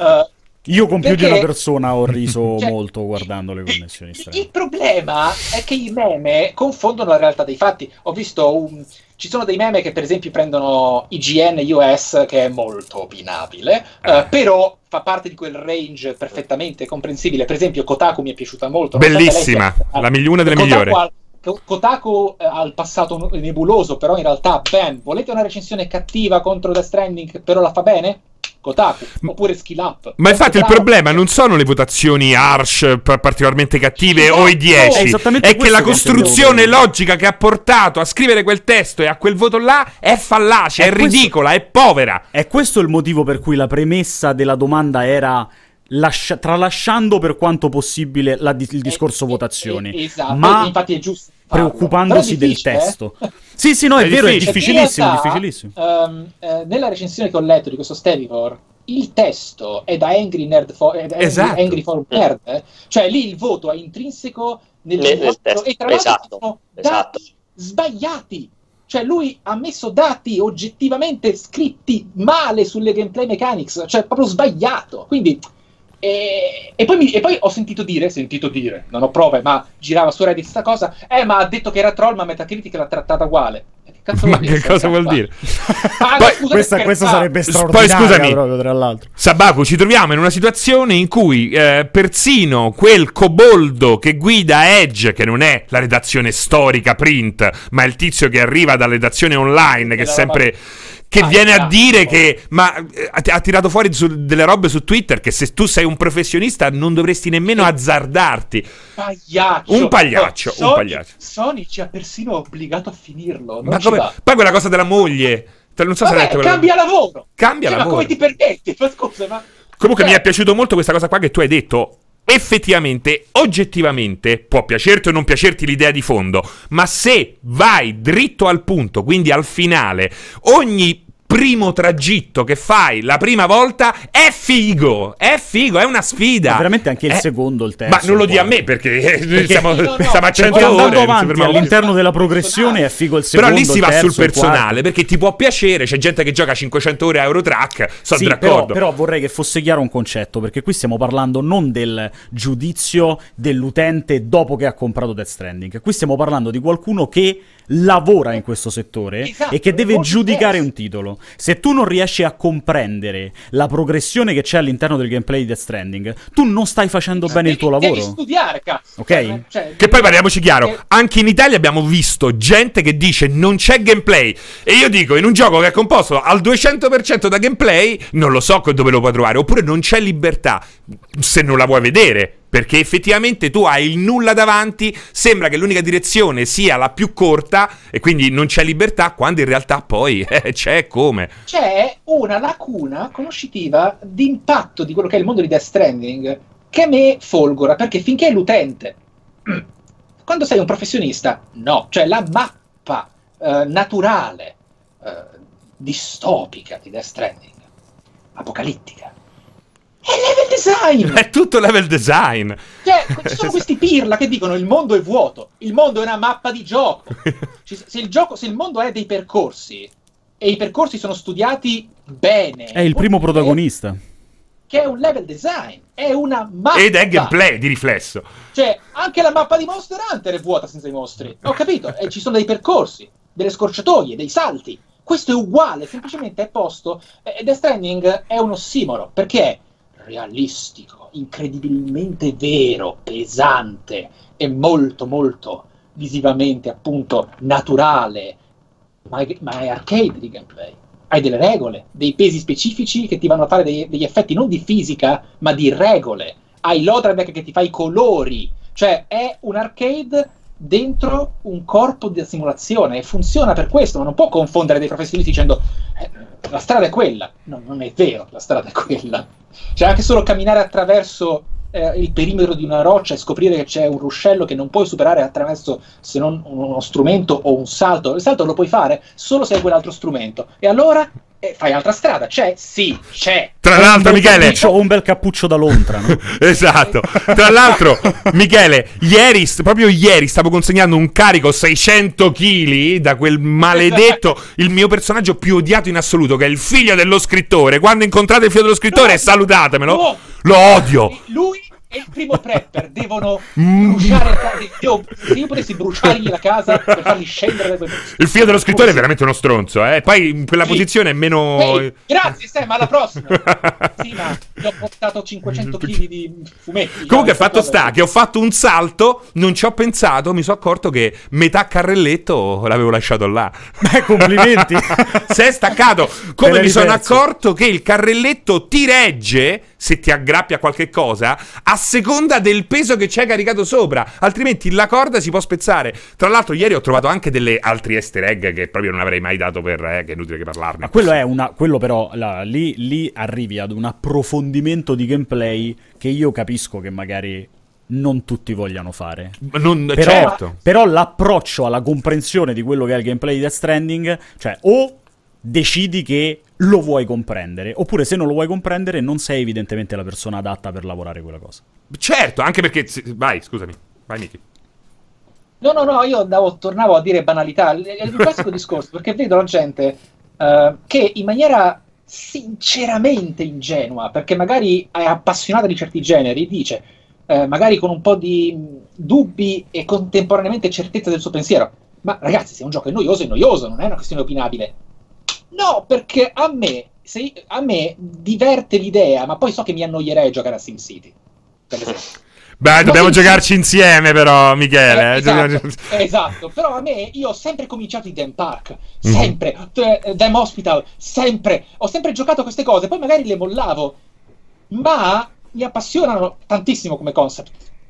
Io con più di una persona ho riso molto guardando le connessioni strane. Il problema è che i meme confondono la realtà dei fatti. Ho visto ci sono dei meme che per esempio prendono IGN US, che è molto opinabile, però fa parte di quel range perfettamente comprensibile. Per esempio Kotaku mi è piaciuta molto. Bellissima, una delle migliori. Kotaku ha il passato nebuloso, però in realtà ben. Volete una recensione cattiva contro Death Stranding, però la fa bene? Kotaku, oppure Skill Up. Ma infatti il problema non sono le votazioni harsh particolarmente cattive o i 10, è che la costruzione logica che ha portato a scrivere quel testo e a quel voto là è fallace, è ridicola, è povera. È questo il motivo per cui la premessa della domanda era tralasciando per quanto possibile il discorso votazioni. Esatto, ma infatti è giusto preoccupandosi del testo. Sì, no, è vero, è difficilissimo, realtà, difficilissimo. Nella recensione che ho letto di questo Stevior, il testo è da Angry Angry for Nerd, cioè lì il voto è intrinseco nel testo, e tra l'altro sono dati sbagliati. Cioè lui ha messo dati oggettivamente scritti male sulle gameplay mechanics, cioè proprio sbagliato. Quindi e poi ho sentito dire, non ho prove, ma girava su Reddit sta cosa, ma ha detto che era troll, ma Metacritic l'ha trattata uguale. Ma che cosa vuol dire? Questa sarebbe straordinaria. Poi scusami, proprio, tra l'altro. Sabaku, ci troviamo in una situazione in cui persino quel coboldo che guida Edge, che non è la redazione storica print, ma è il tizio che arriva dalla redazione online, che è sempre... che viene a dire che ha tirato fuori delle robe su Twitter che se tu sei un professionista non dovresti nemmeno azzardarti. Un pagliaccio. Sony ci ha persino obbligato a finirlo. Ma come? Poi quella cosa della moglie, non so se hai detto cambia lavoro. Ma come ti permetti? Ma scusa, comunque mi è piaciuto molto questa cosa qua che tu hai detto. Effettivamente, oggettivamente, può piacerti o non piacerti l'idea di fondo, ma se vai dritto al punto, quindi al finale, ogni primo tragitto che fai la prima volta è figo, è una sfida. Ma veramente anche il secondo, il terzo. Ma non lo di a me perché stiamo a 100 ore. Andando avanti all'interno della progressione è figo il secondo. Però lì si va terzo, sul personale, perché ti può piacere, c'è gente che gioca 500 ore a Eurotrack, sono d'accordo. Però vorrei che fosse chiaro un concetto, perché qui stiamo parlando non del giudizio dell'utente dopo che ha comprato Death Stranding, qui stiamo parlando di qualcuno che lavora in questo settore e che deve giudicare un titolo. Se tu non riesci a comprendere la progressione che c'è all'interno del gameplay di Death Stranding, tu non stai facendo bene il tuo lavoro. Devi studiare, cazzo. Ok? Che poi parliamoci chiaro, anche in Italia abbiamo visto gente che dice non c'è gameplay, e io dico, in un gioco che è composto al 200% da gameplay, non lo so dove lo puoi trovare. Oppure non c'è libertà se non la vuoi vedere, perché effettivamente tu hai il nulla davanti, sembra che l'unica direzione sia la più corta e quindi non c'è libertà, quando in realtà poi c'è come. C'è una lacuna conoscitiva di impatto di quello che è il mondo di Death Stranding che a me folgora, perché finché è l'utente, quando sei un professionista, no, cioè la mappa naturale, distopica di Death Stranding, apocalittica, è level design! È tutto level design! Cioè, ci sono questi pirla che dicono il mondo è vuoto, il mondo è una mappa di gioco. Se il mondo è dei percorsi, e i percorsi sono studiati bene... È il primo protagonista. Che è un level design, è una mappa. Ed è gameplay di riflesso. Cioè, anche la mappa di Monster Hunter è vuota senza i mostri. Ho capito, e ci sono dei percorsi, delle scorciatoie, dei salti. Questo è uguale, semplicemente è posto. Death Stranding è un ossimoro, perché è realistico, incredibilmente vero, pesante e molto molto visivamente appunto naturale, ma è arcade di gameplay. Hai delle regole, dei pesi specifici che ti vanno a fare degli effetti non di fisica ma di regole. Hai l'Odrebeck che ti fa i colori, cioè è un arcade dentro un corpo di simulazione e funziona per questo. Ma non può confondere dei professionisti dicendo la strada è quella. No, non è vero, la strada è quella. Cioè anche solo camminare attraverso il perimetro di una roccia e scoprire che c'è un ruscello che non puoi superare attraverso se non uno strumento o un salto. Il salto lo puoi fare solo se hai quell'altro strumento. E allora fai un'altra strada. C'è? Sì, c'è. Tra l'altro, Michele, Ho un bel cappuccio da lontra, no? Esatto. Tra l'altro, Michele, proprio ieri stavo consegnando un carico 600 kg da quel maledetto, il mio personaggio più odiato in assoluto, che è il figlio dello scrittore. Quando incontrate il figlio dello scrittore, salutatemelo. No. Lo odio. Lui e il primo prepper devono bruciare la casa. Se io potessi bruciargli la casa per farli scendere da quel... Il figlio dello scrittore è veramente uno stronzo, eh? Poi in quella posizione è meno... Hey, grazie Sam, alla prossima. Sì, ma gli ho portato 500 kg di fumetti. Comunque fatto sta che ho fatto un salto, non ci ho pensato, mi sono accorto che metà carrelletto l'avevo lasciato là. Beh, complimenti. Si è staccato. Come mi sono accorto che il carrelletto ti regge se ti aggrappi a qualche cosa a seconda del peso che c'è caricato sopra, altrimenti la corda si può spezzare. Tra l'altro ieri ho trovato anche delle altri easter egg che proprio non avrei mai dato per che è inutile che parlarne. Ma quello però lì arrivi ad un approfondimento di gameplay che io capisco che magari non tutti vogliano fare. Certo. Però l'approccio alla comprensione di quello che è il gameplay di Death Stranding, cioè o decidi che lo vuoi comprendere, oppure se non lo vuoi comprendere non sei evidentemente la persona adatta per lavorare quella cosa. Certo, anche perché... Vai, scusami. Vai, Miki. No, io tornavo a dire banalità. È il classico discorso, perché vedo la gente che in maniera sinceramente ingenua, perché magari è appassionata di certi generi, dice, magari con un po' di dubbi e contemporaneamente certezza del suo pensiero, ma ragazzi, se un gioco è noioso, non è una questione opinabile. No, perché a me diverte l'idea, ma poi so che mi annoierei a giocare a SimCity, per esempio. Beh, dobbiamo giocarci insieme però, Michele. Esatto, però io ho sempre cominciato i Dem Park, sempre, Dem Hospital, sempre. Ho sempre giocato a queste cose, poi magari le mollavo, ma mi appassionano tantissimo come concept.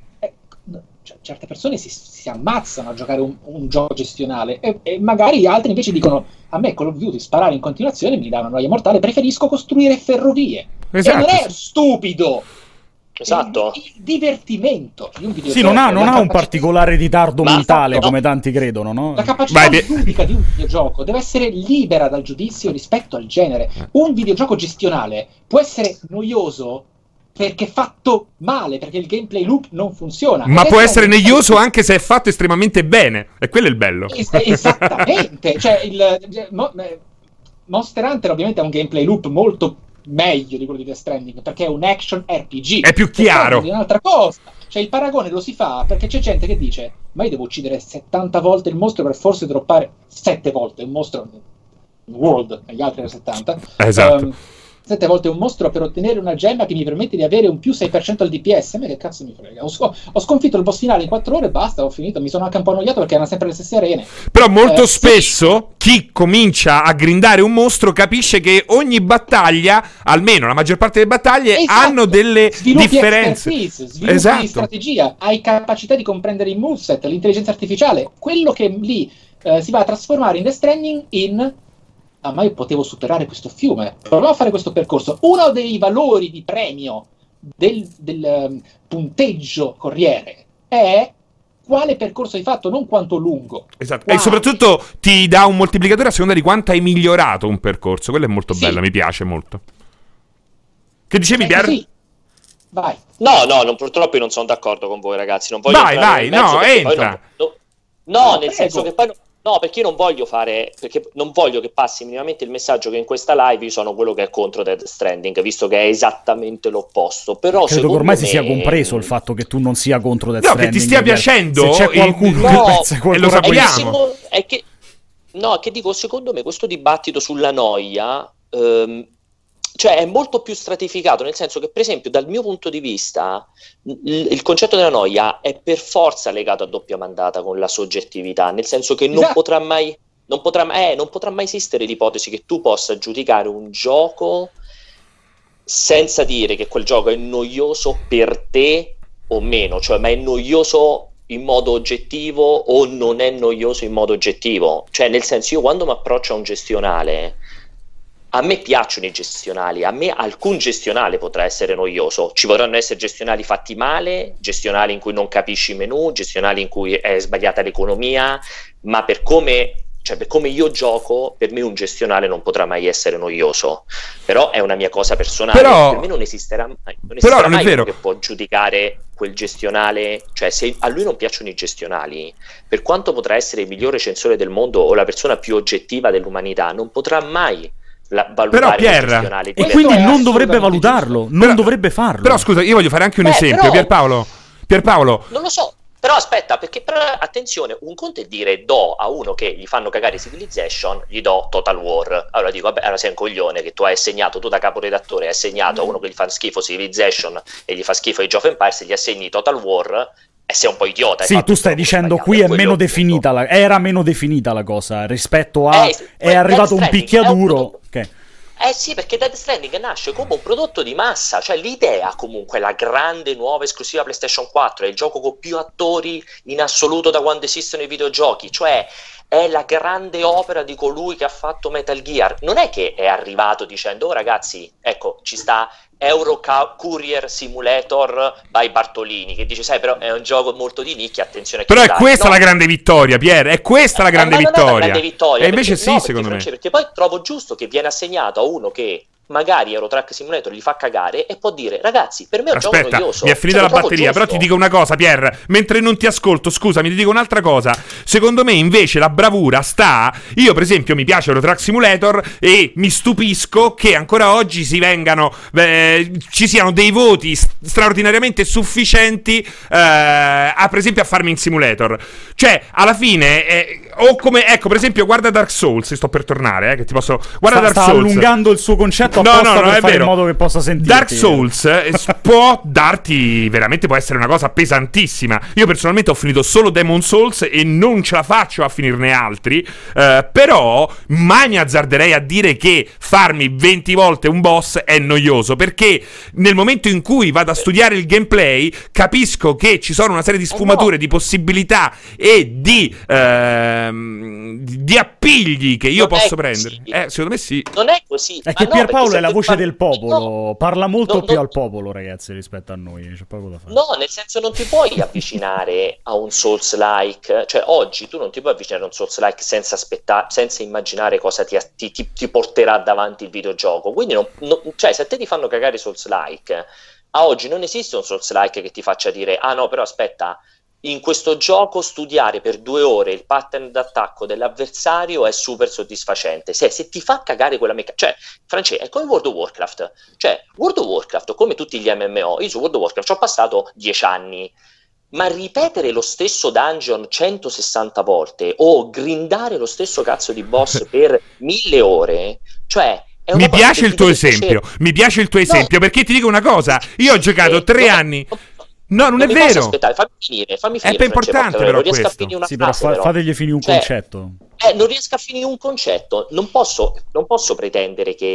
Certe persone si ammazzano a giocare un gioco gestionale e magari altri invece dicono: a me Call of Duty sparare in continuazione mi dà una noia mortale, preferisco costruire ferrovie. Esatto. E non è stupido. Esatto. Il divertimento di un videogioco. Sì, non ha un particolare ritardo mentale come tanti credono, no? La capacità ludica di un videogioco deve essere libera dal giudizio rispetto al genere. Un videogioco gestionale può essere noioso perché è fatto male, perché il gameplay loop non funziona. Ma può essere noioso anche se è fatto estremamente bene. E quello è il bello. Esattamente. Cioè, Monster Hunter ovviamente ha un gameplay loop molto meglio di quello di Death Stranding, perché è un action RPG. È più chiaro. È un'altra cosa. Cioè, il paragone lo si fa perché c'è gente che dice: ma io devo uccidere 70 volte il mostro per forse droppare 7 volte un mostro World, negli altri era 70. Esatto. 7 volte un mostro per ottenere una gemma che mi permette di avere un più 6% al DPS. A me che cazzo mi frega? Ho sconfitto il boss finale in 4 ore e basta, ho finito. Mi sono anche un po' annoiato perché erano sempre le stesse arene. Però molto spesso chi comincia a grindare un mostro capisce che ogni battaglia, almeno la maggior parte delle battaglie, hanno delle differenze. Sviluppi di strategia, hai capacità di comprendere i moveset, l'intelligenza artificiale, quello che lì si va a trasformare in Death Stranding in: ma io potevo superare questo fiume, proviamo a fare questo percorso. Uno dei valori di premio del punteggio corriere è quale percorso hai fatto, non quanto lungo. Esatto. E soprattutto ti dà un moltiplicatore a seconda di quanto hai migliorato un percorso. Quello è molto bello, mi piace molto. Che dicevi, Pier? Sì. Vai. No, purtroppo io non sono d'accordo con voi, ragazzi. Non voglio vai, no, entra. No, nel senso che poi no, perché io non voglio perché non voglio che passi minimamente il messaggio che in questa live io sono quello che è contro Death Stranding, visto che è esattamente l'opposto. Però credo che ormai si sia compreso il fatto che tu non sia contro Death Stranding. No, che ti stia piacendo. Se c'è qualcuno che pensa e lo sappiamo. È che dico, secondo me questo dibattito sulla noia cioè è molto più stratificato, nel senso che, per esempio, dal mio punto di vista il concetto della noia è per forza legato a doppia mandata con la soggettività, nel senso che non potrà mai esistere l'ipotesi che tu possa giudicare un gioco senza dire che quel gioco è noioso per te o meno, cioè ma è noioso in modo oggettivo o non è noioso in modo oggettivo. Cioè, nel senso, io quando mi approccio a un gestionale, a me piacciono i gestionali, a me alcun gestionale potrà essere noioso, ci potranno essere gestionali fatti male, gestionali in cui non capisci i menu, gestionali in cui è sbagliata l'economia, ma per come io gioco, per me un gestionale non potrà mai essere noioso. Però è una mia cosa personale, per me non esisterà mai, non è vero che può giudicare quel gestionale. Cioè, se a lui non piacciono i gestionali, per quanto potrà essere il migliore recensore del mondo o la persona più oggettiva dell'umanità, non potrà mai valutare il gestionale. E quindi non dovrebbe valutarlo, non dovrebbe farlo. Però scusa, io voglio fare anche un esempio, Pierpaolo. Non lo so. Però aspetta, perché attenzione, un conto è dire do a uno che gli fanno cagare Civilization, gli do Total War. Allora dico, vabbè, allora sei un coglione che tu hai assegnato, tu da caporedattore hai assegnato a uno che gli fa schifo Civilization e gli fa schifo Age of Empires, gli assegni Total War e sei un po' idiota. Sì, tu stai dicendo qui è meno definita, era meno definita la cosa rispetto a è arrivato un picchiaduro. Sì, perché Death Stranding nasce come un prodotto di massa, cioè l'idea comunque, la grande nuova esclusiva PlayStation 4, è il gioco con più attori in assoluto da quando esistono i videogiochi, cioè è la grande opera di colui che ha fatto Metal Gear. Non è che è arrivato dicendo, oh ragazzi, ecco, ci sta Euro Courier Simulator by Bartolini, che dice, sai, però è un gioco molto di nicchia, attenzione. Però è questa la grande vittoria, Pier, è questa la grande vittoria. E invece perché, secondo me. Perché poi trovo giusto che viene assegnato a uno che magari Euro Truck Simulator gli fa cagare e può dire, ragazzi, per me è un gioco noioso. Mi è finita la batteria, però ti dico una cosa, Pier, mentre non ti ascolto, scusami, ti dico un'altra cosa. Secondo me invece la bravura sta, io per esempio mi piace Euro Truck Simulator e mi stupisco che ancora oggi ci siano dei voti straordinariamente sufficienti per esempio a Farming Simulator. Cioè, alla fine o come, ecco, per esempio, guarda Dark Souls, sto per tornare, che ti posso guarda Dark Souls. Sta allungando il suo concetto apposta per fare in modo che possa sentirti. Dark Souls può darti, veramente può essere una cosa pesantissima. Io personalmente ho finito solo Demon Souls e non ce la faccio a finirne altri, però mai mi azzarderei a dire che farmi 20 volte un boss è noioso, perché nel momento in cui vado a studiare il gameplay capisco che ci sono una serie di sfumature, di possibilità e di appigli che io posso prendere. Secondo me sì. Non è così. È che Pierpaolo è la voce del popolo, parla molto più al popolo, ragazzi, rispetto a noi, c'è poco da fare. No, nel senso, non ti puoi avvicinare a un Souls-like, cioè oggi tu non ti puoi avvicinare a un Souls-like senza immaginare cosa ti porterà davanti il videogioco. Quindi cioè, se a te ti fanno cagare Souls-like, a oggi non esiste un Souls-like che ti faccia dire, ah no, però aspetta, in questo gioco studiare per 2 ore il pattern d'attacco dell'avversario è super soddisfacente. Se ti fa cagare quella meccanica, cioè, Francesco, è come World of Warcraft. Cioè, World of Warcraft, come tutti gli MMO, io su World of Warcraft ci ho passato 10 anni, ma ripetere lo stesso dungeon 160 volte o grindare lo stesso cazzo di boss per 1000 ore, cioè... Mi piace il tuo esempio, perché ti dico una cosa, io ho giocato 3 anni... No, non è vero. Fammi finire. È importante però non riesco a finire una frase, però. Fategli finire un concetto. Non riesco a finire un concetto. Non posso pretendere che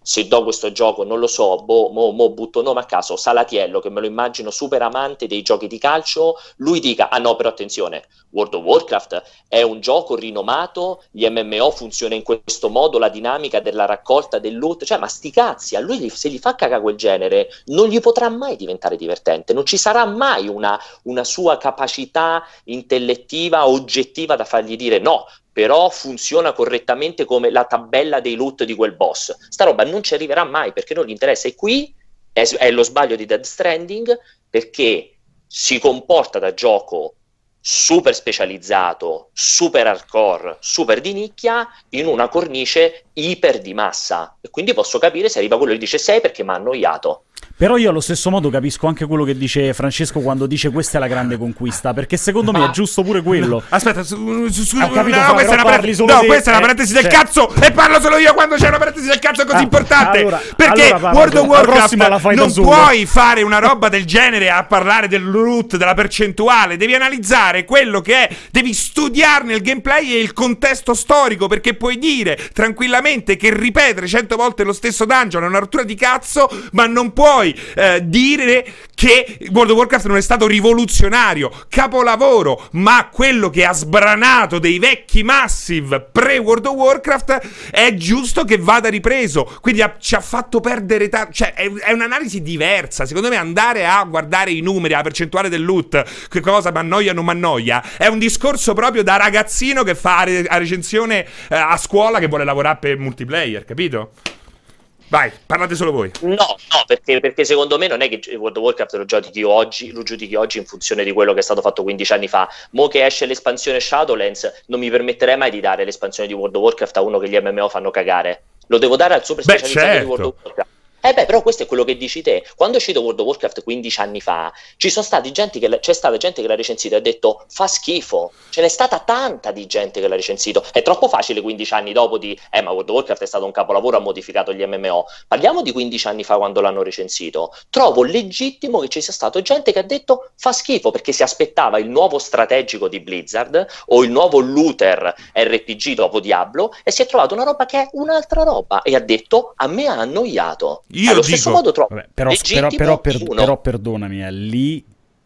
se do questo gioco, non lo so, mo butto un nome a caso, Salatiello, che me lo immagino super amante dei giochi di calcio, lui dica, ah no, però attenzione, World of Warcraft è un gioco rinomato, gli MMO funziona in questo modo, la dinamica della raccolta del loot, cioè ma sti cazzi, a lui se gli fa cagare quel genere non gli potrà mai diventare divertente, non ci sarà mai una sua capacità intellettiva oggettiva da fargli dire no, però funziona correttamente come la tabella dei loot di quel boss. Sta roba non ci arriverà mai perché non gli interessa, e qui è lo sbaglio di Death Stranding, perché si comporta da gioco super specializzato, super hardcore, super di nicchia, in una cornice iper di massa, e quindi posso capire se arriva quello che dice 6 perché mi ha annoiato. Però io allo stesso modo capisco anche quello che dice Francesco quando dice questa è la grande conquista, perché secondo me è giusto pure quello. No, aspetta, ho capito, no, questa è una parentesi del cazzo, e parlo solo io quando c'è una parentesi del cazzo così importante. Perché World of Warcraft non puoi fare una roba del genere a parlare del loot, della percentuale, devi analizzare quello che è, devi studiarne il gameplay e il contesto storico, perché puoi dire tranquillamente che ripetere 100 volte lo stesso dungeon è una rottura di cazzo, ma non puoi dire che World of Warcraft non è stato rivoluzionario, capolavoro, ma quello che ha sbranato dei vecchi Massive pre-World of Warcraft è giusto che vada ripreso, quindi ci ha fatto perdere cioè è un'analisi diversa. Secondo me andare a guardare i numeri, la percentuale del loot, che cosa mi annoia o non mi annoia, è un discorso proprio da ragazzino che fa a recensione a scuola che vuole lavorare per multiplayer, capito? Vai, parlate solo voi. No, perché secondo me non è che World of Warcraft lo giudichi oggi in funzione di quello che è stato fatto 15 anni fa. Mo che esce l'espansione Shadowlands, non mi permetterei mai di dare l'espansione di World of Warcraft a uno che gli MMO fanno cagare. Lo devo dare al super specializzato di World of Warcraft. Però questo è quello che dici te. Quando è uscito World of Warcraft 15 anni fa, c'è stata gente che l'ha recensito e ha detto fa schifo. Ce n'è stata tanta di gente che l'ha recensito. È troppo facile 15 anni dopo ma World of Warcraft è stato un capolavoro, ha modificato gli MMO. Parliamo di 15 anni fa quando l'hanno recensito. Trovo legittimo che ci sia stata gente che ha detto fa schifo, perché si aspettava il nuovo strategico di Blizzard o il nuovo looter RPG dopo Diablo, e si è trovato una roba che è un'altra roba e ha detto a me ha annoiato. Io allo stesso modo trovo però perdonami, lì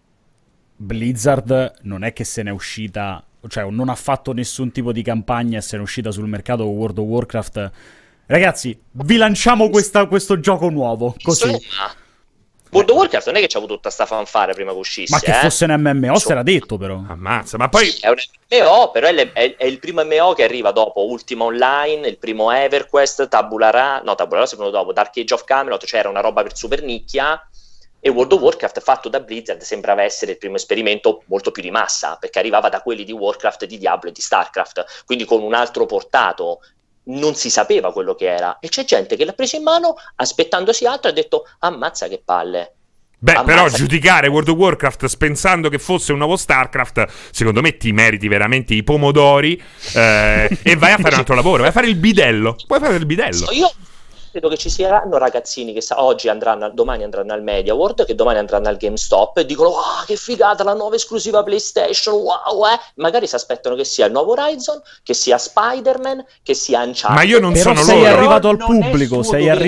Blizzard non è che se n'è uscita, cioè non ha fatto nessun tipo di campagna e se n'è uscita sul mercato con World of Warcraft. Ragazzi, vi lanciamo questo gioco nuovo, così. World of Warcraft non è che c'ha avuto tutta sta fanfare prima che uscisse. Ma che fosse un MMO si era detto, però. Ammazza, ma poi... È un MMO, però è il primo MMO che arriva dopo Ultima Online, il primo EverQuest, Tabula Rasa è venuto dopo, Dark Age of Camelot, cioè era una roba per super nicchia, e World of Warcraft fatto da Blizzard sembrava essere il primo esperimento molto più di massa, perché arrivava da quelli di Warcraft, di Diablo e di Starcraft, quindi con un altro portato. Non si sapeva quello che era, e c'è gente che l'ha preso in mano aspettandosi altro e ha detto ammazza che palle. Però giudicare World of Warcraft pensando che fosse un nuovo Starcraft, secondo me ti meriti veramente i pomodori, e vai a fare un altro lavoro, vai a fare il bidello. Puoi fare il bidello. Io credo che ci saranno ragazzini che domani andranno al Media World, che domani andranno al GameStop e dicono che figata la nuova esclusiva PlayStation, wow, magari si aspettano che sia il nuovo Horizon, che sia Spider-Man, che sia Uncharted. Ma io non però sono sei loro. arrivato al pubblico,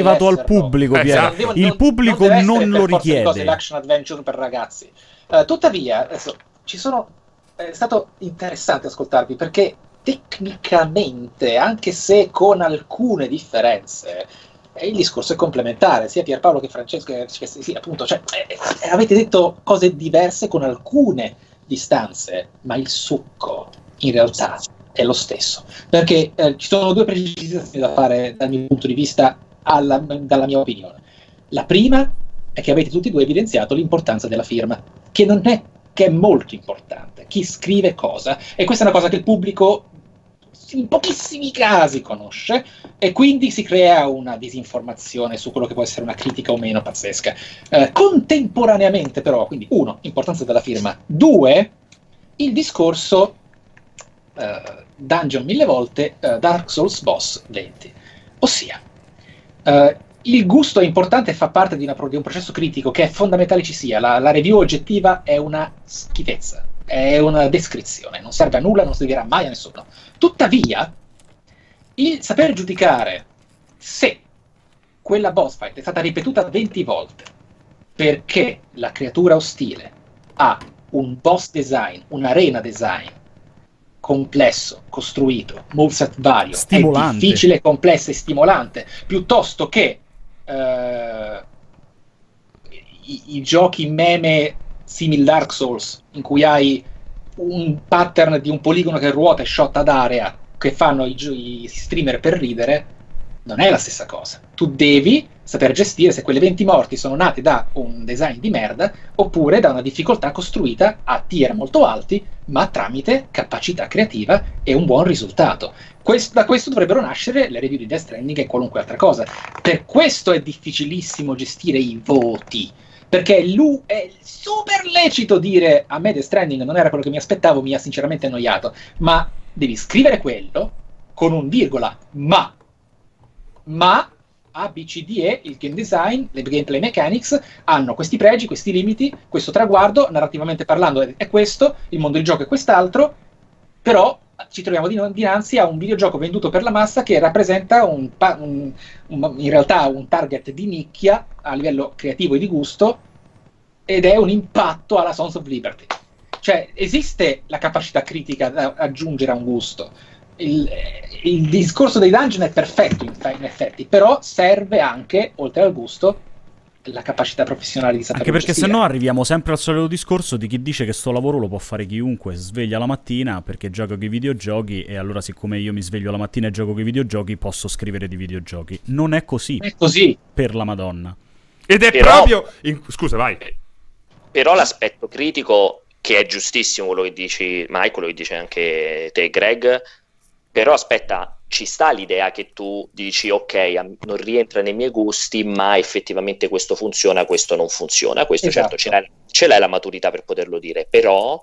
Piero. Il pubblico non lo richiede. Cose l'action adventure per ragazzi. Tuttavia, adesso è stato interessante ascoltarvi, perché tecnicamente, anche se con alcune differenze, il discorso è complementare, sia Pierpaolo che Francesco, sì, appunto, cioè, avete detto cose diverse con alcune distanze, ma il succo in realtà è lo stesso, perché ci sono due precisazioni da fare dal mio punto di vista, dalla mia opinione. La prima è che avete tutti e due evidenziato l'importanza della firma, che non è che è molto importante, chi scrive cosa, e questa è una cosa che il pubblico in pochissimi casi conosce, e quindi si crea una disinformazione su quello che può essere una critica o meno pazzesca. Contemporaneamente però, quindi 1, importanza della firma, 2, il discorso dungeon 1000 volte, Dark Souls boss 20, ossia il gusto è importante e fa parte di un processo critico che è fondamentale ci sia. La review oggettiva è una schifezza, è una descrizione, non serve a nulla, non servirà mai a nessuno. Tuttavia, il saper giudicare se quella boss fight è stata ripetuta 20 volte perché la creatura ostile ha un boss design, un'arena design complesso, costruito, moveset vario, stimolante. È difficile, complesso e stimolante, piuttosto che i giochi meme simil Dark Souls, in cui hai un pattern di un poligono che ruota e shot ad area che fanno i streamer per ridere. Non è la stessa cosa. Tu devi saper gestire se quelle 20 morti sono nate da un design di merda oppure da una difficoltà costruita a tier molto alti, ma tramite capacità creativa e un buon risultato. Da questo dovrebbero nascere le review di Death Stranding e qualunque altra cosa. Per questo è difficilissimo gestire i voti, perché è super lecito dire a me Death Stranding non era quello che mi aspettavo, mi ha sinceramente annoiato, ma devi scrivere quello con un virgola, ma A, B, C, D, E, il game design, le gameplay mechanics hanno questi pregi, questi limiti, questo traguardo, narrativamente parlando è questo, il mondo del gioco è quest'altro, però ci troviamo dinanzi a un videogioco venduto per la massa che rappresenta in realtà un target di nicchia a livello creativo e di gusto, ed è un impatto alla Sons of Liberty. Cioè, esiste la capacità critica da aggiungere a un gusto. Il discorso dei dungeon è perfetto in effetti, però serve anche, oltre al gusto, la capacità professionale di saperlo anche perché gestire. se no arriviamo sempre al solito discorso di chi dice che sto lavoro lo può fare chiunque, sveglia la mattina perché gioco con i videogiochi e allora siccome io mi sveglio la mattina e gioco con i videogiochi posso scrivere di videogiochi. Non è così. È così. Per la Madonna. Ed è proprio... Scusa, vai. Però l'aspetto critico, che è giustissimo quello che dici Mike, quello che dice anche te Greg, però aspetta, ci sta l'idea che tu dici ok, non rientra nei miei gusti, ma effettivamente questo funziona, questo non funziona. Questo esatto. Certo ce l'hai la maturità per poterlo dire, però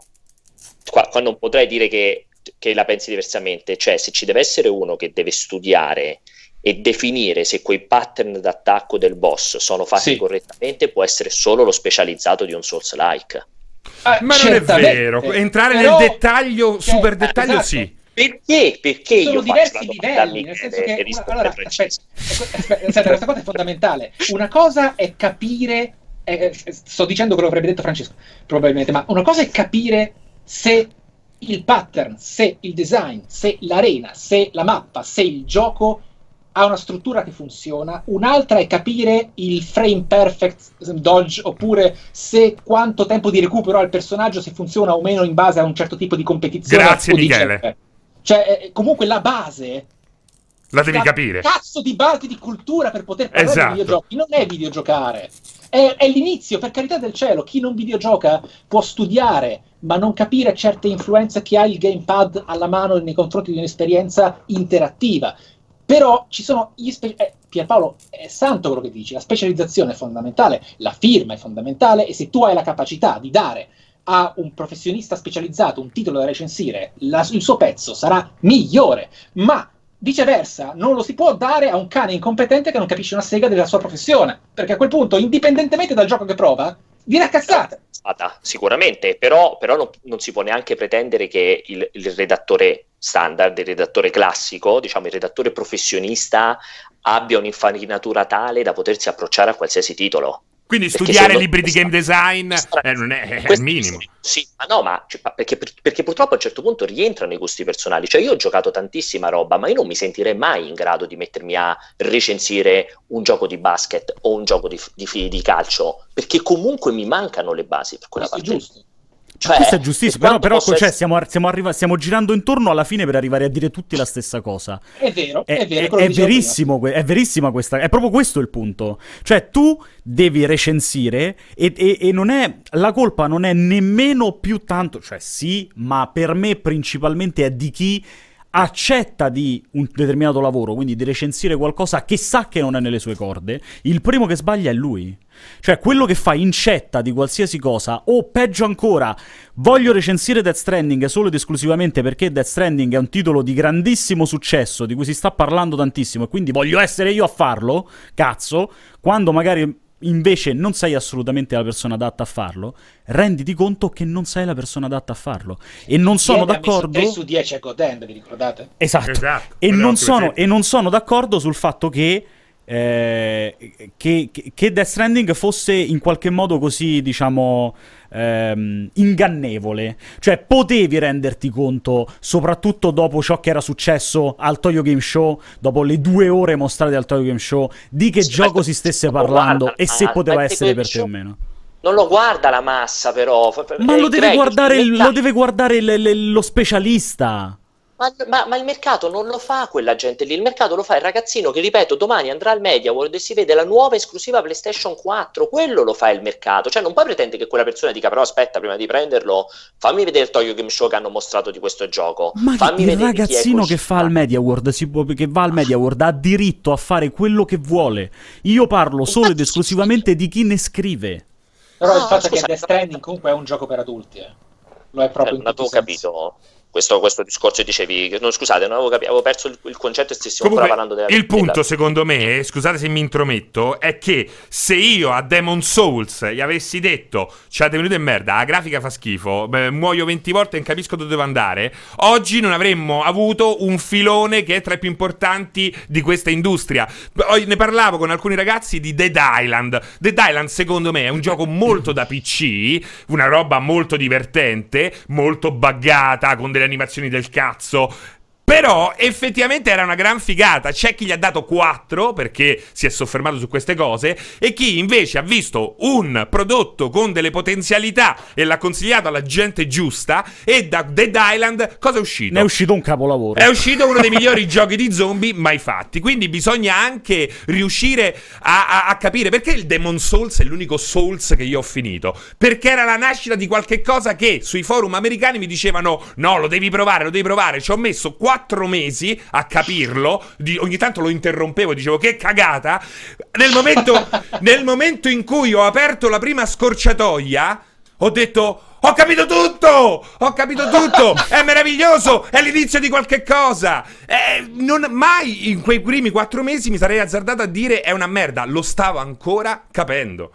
qua non potrei dire che la pensi diversamente. Cioè, se ci deve essere uno che deve studiare e definire se quei pattern d'attacco del boss sono fatti correttamente, può essere solo lo specializzato di un Souls-like. Ma non è vero, entrare nel dettaglio, super dettaglio, esatto. Sì. Perché sono io diversi livelli, nel senso che allora, aspetta, questa cosa è fondamentale. Una cosa è capire, sto dicendo quello che avrebbe detto Francesco probabilmente, ma una cosa è capire se il pattern, se il design, se l'arena, se la mappa, se il gioco ha una struttura che funziona. Un'altra è capire il frame perfect dodge, oppure se quanto tempo di recupero ha il personaggio, se funziona o meno in base a un certo tipo di competizione. Grazie Michele. Cioè, comunque la base la devi capire. Cazzo di base di cultura per poter parlare di videogiochi. Non è videogiocare, è l'inizio, per carità del cielo. Chi non videogioca può studiare, ma non capire certe influenze che ha il gamepad alla mano nei confronti di un'esperienza interattiva. Però ci sono Pierpaolo, è santo quello che dici, la specializzazione è fondamentale, la firma è fondamentale, e se tu hai la capacità di dare a un professionista specializzato un titolo da recensire, il suo pezzo sarà migliore, ma viceversa non lo si può dare a un cane incompetente che non capisce una sega della sua professione, perché a quel punto, indipendentemente dal gioco che prova, viene a cazzate. Sicuramente, però non si può neanche pretendere che il redattore standard, il redattore classico, diciamo il redattore professionista, abbia un'infarinatura tale da potersi approcciare a qualsiasi titolo. Quindi studiare libri di game design non è il minimo. Sì, perché purtroppo a un certo punto rientrano i gusti personali. Cioè, io ho giocato tantissima roba, ma io non mi sentirei mai in grado di mettermi a recensire un gioco di basket o un gioco di calcio, perché comunque mi mancano le basi per quella parte. Giusto. Cioè, questo è giustissimo, però cioè, stiamo girando intorno alla fine per arrivare a dire tutti la stessa cosa. È vero, è verissimo, è verissima questa, è proprio questo il punto. Cioè, tu devi recensire e non è, la colpa non è nemmeno più tanto, cioè sì, ma per me principalmente è di chi accetta di un determinato lavoro, quindi di recensire qualcosa che sa che non è nelle sue corde. Il primo che sbaglia è lui. Cioè, quello che fa incetta di qualsiasi cosa, o peggio ancora, voglio recensire Death Stranding solo ed esclusivamente perché Death Stranding è un titolo di grandissimo successo, di cui si sta parlando tantissimo, e quindi voglio essere io a farlo, cazzo, quando magari invece non sei assolutamente la persona adatta a farlo. Renditi conto che non sei la persona adatta a farlo. E non sono d'accordo. 3 su 10 è Godend, vi ricordate? Esatto. E non sono d'accordo sul fatto che che Death Stranding fosse in qualche modo così, diciamo, ingannevole. Cioè potevi renderti conto, soprattutto dopo ciò che era successo al Tokyo Game Show, dopo le 2 ore mostrate al Tokyo Game Show, di che gioco si stesse parlando e se poteva essere per te o meno. Non lo guarda la massa, però. Ma lo deve guardare lo specialista. Ma il mercato non lo fa quella gente lì, il mercato lo fa il ragazzino che, ripeto, domani andrà al Media World e si vede la nuova esclusiva PlayStation 4, quello lo fa il mercato. Cioè non puoi pretendere che quella persona dica però aspetta, prima di prenderlo fammi vedere il Tokyo Game Show che hanno mostrato di questo gioco. Ma fammi il ragazzino che fa al Media World, che va al Media World, ha diritto a fare quello che vuole. Io parlo solo ed esclusivamente di chi ne scrive. Però il fatto è che Death Stranding comunque è un gioco per adulti, Lo è proprio in non avevo capito questo discorso, dicevi no, scusate, non avevo capito, avevo perso il concetto e stessimo ancora parlando della il punto secondo me, scusate se mi intrometto, è che se io a Demon Souls gli avessi detto c'ha dei minuti e merda, la grafica fa schifo, muoio 20 volte e non capisco dove devo andare, oggi non avremmo avuto un filone che è tra i più importanti di questa industria. Ne parlavo con alcuni ragazzi di Dead Island. Dead Island secondo me è un gioco molto da PC, una roba molto divertente, molto buggata, con delle animazioni del cazzo, però effettivamente era una gran figata. C'è chi gli ha dato 4 perché si è soffermato su queste cose e chi invece ha visto un prodotto con delle potenzialità e l'ha consigliato alla gente giusta. E da Dead Island cosa è uscito? Ne è uscito un capolavoro. È uscito uno dei migliori giochi di zombie mai fatti. Quindi bisogna anche riuscire a capire perché il Demon Souls è l'unico Souls che io ho finito, perché era la nascita di qualche cosa che sui forum americani mi dicevano no, lo devi provare. Ci ho messo 4 mesi a capirlo, ogni tanto lo interrompevo e dicevo che cagata. Nel momento in cui ho aperto la prima scorciatoia ho detto ho capito tutto, è meraviglioso, è l'inizio di qualche cosa. Mai in quei primi 4 mesi mi sarei azzardato a dire è una merda, lo stavo ancora capendo.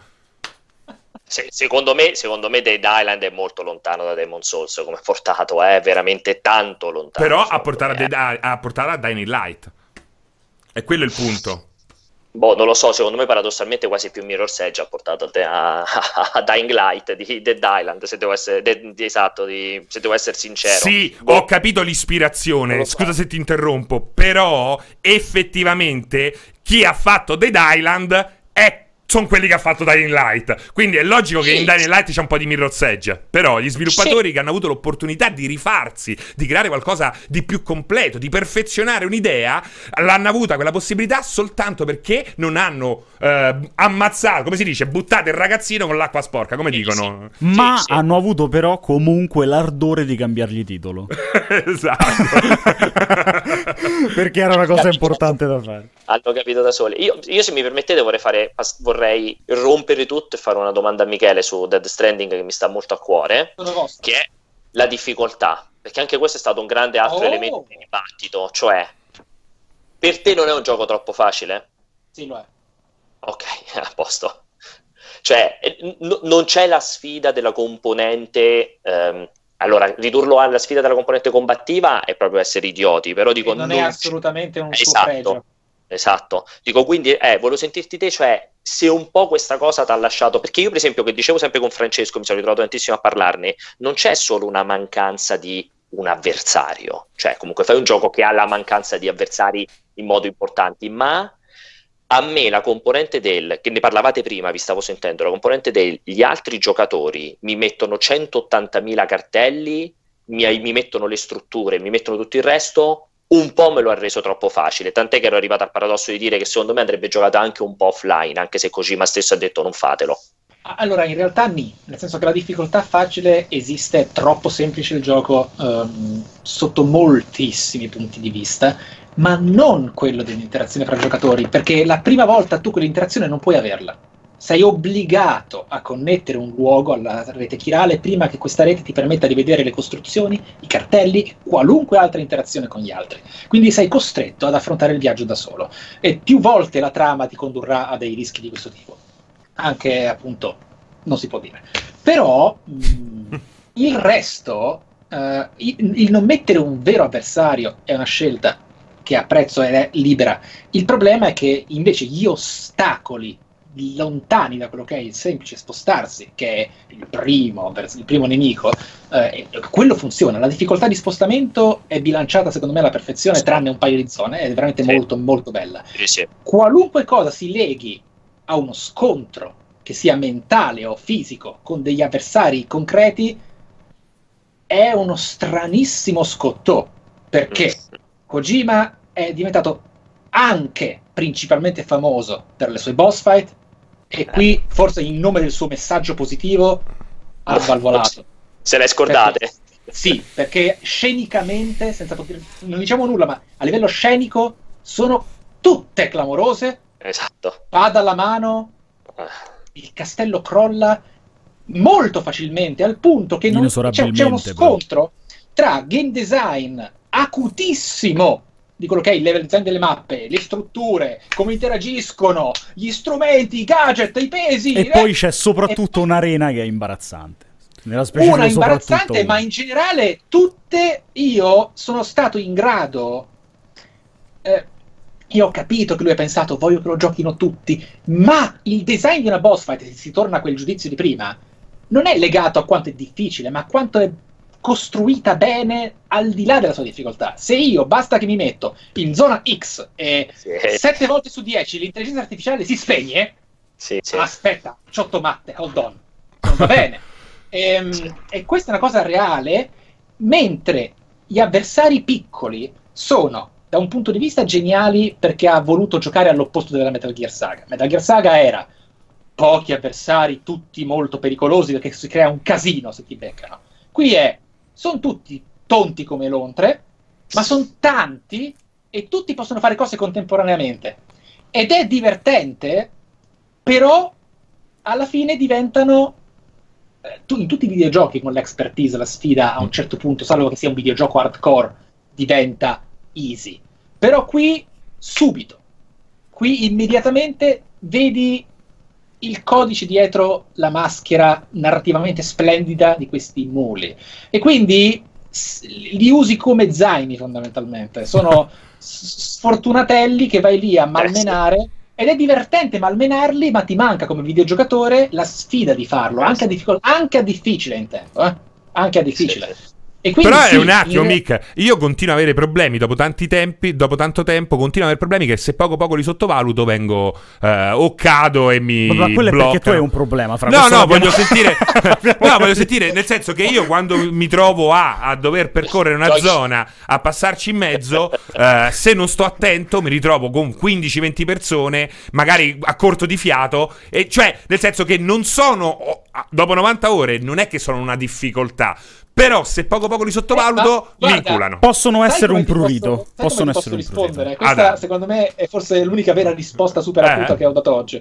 Secondo me Dead Island è molto lontano da Demon Souls come portato, è veramente tanto lontano. Però a portare a Dying Light, è quello il punto. Boh, non lo so, secondo me paradossalmente quasi più Mirror's Edge ha portato a Dying Light di Dead Island, se devo essere se devo essere sincero. Sì, ho capito l'ispirazione, scusa se ti interrompo, però effettivamente chi ha fatto Dead Island sono quelli che ha fatto Dying Light, quindi è logico che in Dying Light c'è un po' di Mirror's Edge. Però gli sviluppatori che hanno avuto l'opportunità di rifarsi, di creare qualcosa di più completo, di perfezionare un'idea, l'hanno avuta quella possibilità soltanto perché non hanno ammazzato, come si dice, buttato il ragazzino con l'acqua sporca, come dicono. Ma hanno avuto però comunque l'ardore di cambiargli titolo. Esatto. Perché era una cosa importante da fare. Hanno capito da soli. Io se mi permettete vorrei rompere tutto e fare una domanda a Michele su Death Stranding che mi sta molto a cuore, che è la difficoltà, perché anche questo è stato un grande altro elemento di dibattito. Cioè, per te non è un gioco troppo facile? Sì, lo è. Ok, a posto. Cioè, non c'è la sfida della componente... allora, ridurlo alla sfida della componente combattiva è proprio essere idioti, però dico... Non è assolutamente un suo pregio. Esatto, dico, quindi volevo sentirti te, cioè se un po' questa cosa ti ha lasciato, perché io per esempio, che dicevo sempre con Francesco, mi sono ritrovato tantissimo a parlarne, non c'è solo una mancanza di un avversario, cioè comunque fai un gioco che ha la mancanza di avversari in modo importante, ma a me la componente che ne parlavate prima, vi stavo sentendo, la componente degli altri giocatori mi mettono 180.000 cartelli, mi mettono le strutture, mi mettono tutto il resto, un po' me lo ha reso troppo facile, tant'è che ero arrivato al paradosso di dire che secondo me andrebbe giocato anche un po' offline, anche se Kojima stesso ha detto non fatelo. Allora, in realtà nel senso che la difficoltà facile esiste, è troppo semplice il gioco sotto moltissimi punti di vista, ma non quello dell'interazione fra giocatori, perché la prima volta tu quell'interazione non puoi averla. Sei obbligato a connettere un luogo alla rete chirale prima che questa rete ti permetta di vedere le costruzioni, i cartelli e qualunque altra interazione con gli altri. Quindi sei costretto ad affrontare il viaggio da solo e più volte la trama ti condurrà a dei rischi di questo tipo. Anche, appunto, non si può dire. Però il resto, il non mettere un vero avversario è una scelta che apprezzo ed è libera. Il problema è che invece gli ostacoli lontani da quello che è il semplice spostarsi, che è il primo nemico, quello funziona. La difficoltà di spostamento è bilanciata secondo me alla perfezione, tranne un paio di zone, è veramente molto molto bella. Qualunque cosa si leghi a uno scontro, che sia mentale o fisico, con degli avversari concreti, è uno stranissimo scottò, perché Kojima è diventato anche principalmente famoso per le sue boss fight, e qui forse in nome del suo messaggio positivo ha svalvolato. Se le scordate. Perché scenicamente, non diciamo nulla, ma a livello scenico sono tutte clamorose. Esatto. Spada alla mano, il castello crolla molto facilmente, al punto che c'è uno scontro tra game design acutissimo di quello che è il level design delle mappe, le strutture, come interagiscono, gli strumenti, i gadget, i pesi. E poi c'è soprattutto un'arena che è imbarazzante. Una imbarazzante, ma in generale tutte. Io sono stato in grado. Io ho capito che lui ha pensato, voglio che lo giochino tutti, ma il design di una boss fight, se si torna a quel giudizio di prima, non è legato a quanto è difficile, ma a quanto è costruita bene al di là della sua difficoltà. Se io basta che mi metto in zona X e 7 volte su 10 l'intelligenza artificiale si spegne, aspetta, c'ho tomate, hold on, non va bene. E questa è una cosa reale, mentre gli avversari piccoli sono, da un punto di vista, geniali, perché ha voluto giocare all'opposto della Metal Gear Saga. Metal Gear Saga era pochi avversari, tutti molto pericolosi, perché si crea un casino se ti beccano. Qui sono tutti tonti come l'ontre, ma sono tanti e tutti possono fare cose contemporaneamente. Ed è divertente, però alla fine diventano... in tutti i videogiochi con l'expertise, la sfida a un certo punto, salvo che sia un videogioco hardcore, diventa easy. Però qui, subito, qui immediatamente vedi il codice dietro la maschera narrativamente splendida di questi muli, e quindi li usi come zaini fondamentalmente. Sono sfortunatelli che vai lì a malmenare, ed è divertente malmenarli, ma ti manca come videogiocatore la sfida di farlo, anche a difficile in tempo, anche a difficile. E quindi però è un attimo, Mick, io continuo a avere problemi dopo tanto tempo, continuo a avere problemi che se poco li sottovaluto vengo o cado e mi ma quello bloccano. È perché tu hai un problema, fra voglio sentire voglio sentire, nel senso che io quando mi trovo a dover percorrere una zona, a passarci in mezzo, se non sto attento mi ritrovo con 15-20 persone magari a corto di fiato, e cioè nel senso che non sono, dopo 90 ore non è che sono una difficoltà, però se poco li sottovaluto mi inculano. Possono essere un prurito. Possono essere rispondere. Questa secondo me è forse l'unica vera risposta super acuta che ho dato oggi.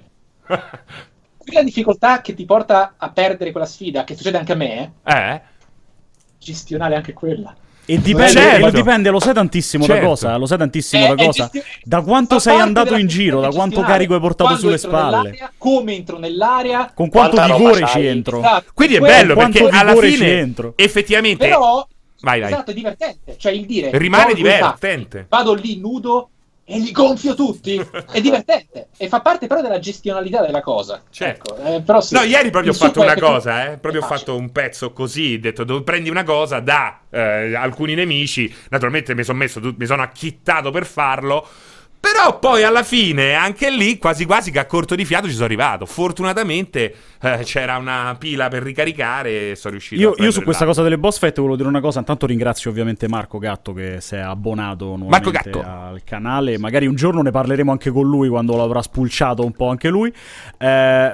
Qui la difficoltà che ti porta a perdere quella sfida, che succede anche a me, gestionale anche quella. E dipende, lo sai tantissimo da cosa? Lo sai tantissimo da cosa? Da quanto sei andato in giro, da quanto carico hai portato sulle spalle. Come entro nell'area, con quanto vigore ci entro. Esatto. Quindi è bello perché alla fine effettivamente però vai. Esatto, è divertente, cioè il dire rimane divertente. Vado lì nudo e li gonfio tutti, è divertente e fa parte però della gestionalità della cosa. Certo. Ecco, però sì, no, ieri proprio ho fatto una cosa, proprio ho fatto un pezzo così, ho detto prendi una cosa da alcuni nemici, naturalmente mi sono acchittato per farlo. Però poi alla fine, anche lì, quasi che a corto di fiato ci sono arrivato. Fortunatamente c'era una pila per ricaricare e sono riuscito a io su questa cosa delle boss fight volevo dire una cosa. Intanto ringrazio ovviamente Marco Gatto che si è abbonato nuovamente al canale. Magari un giorno ne parleremo anche con lui quando l'avrà spulciato un po' anche lui. Per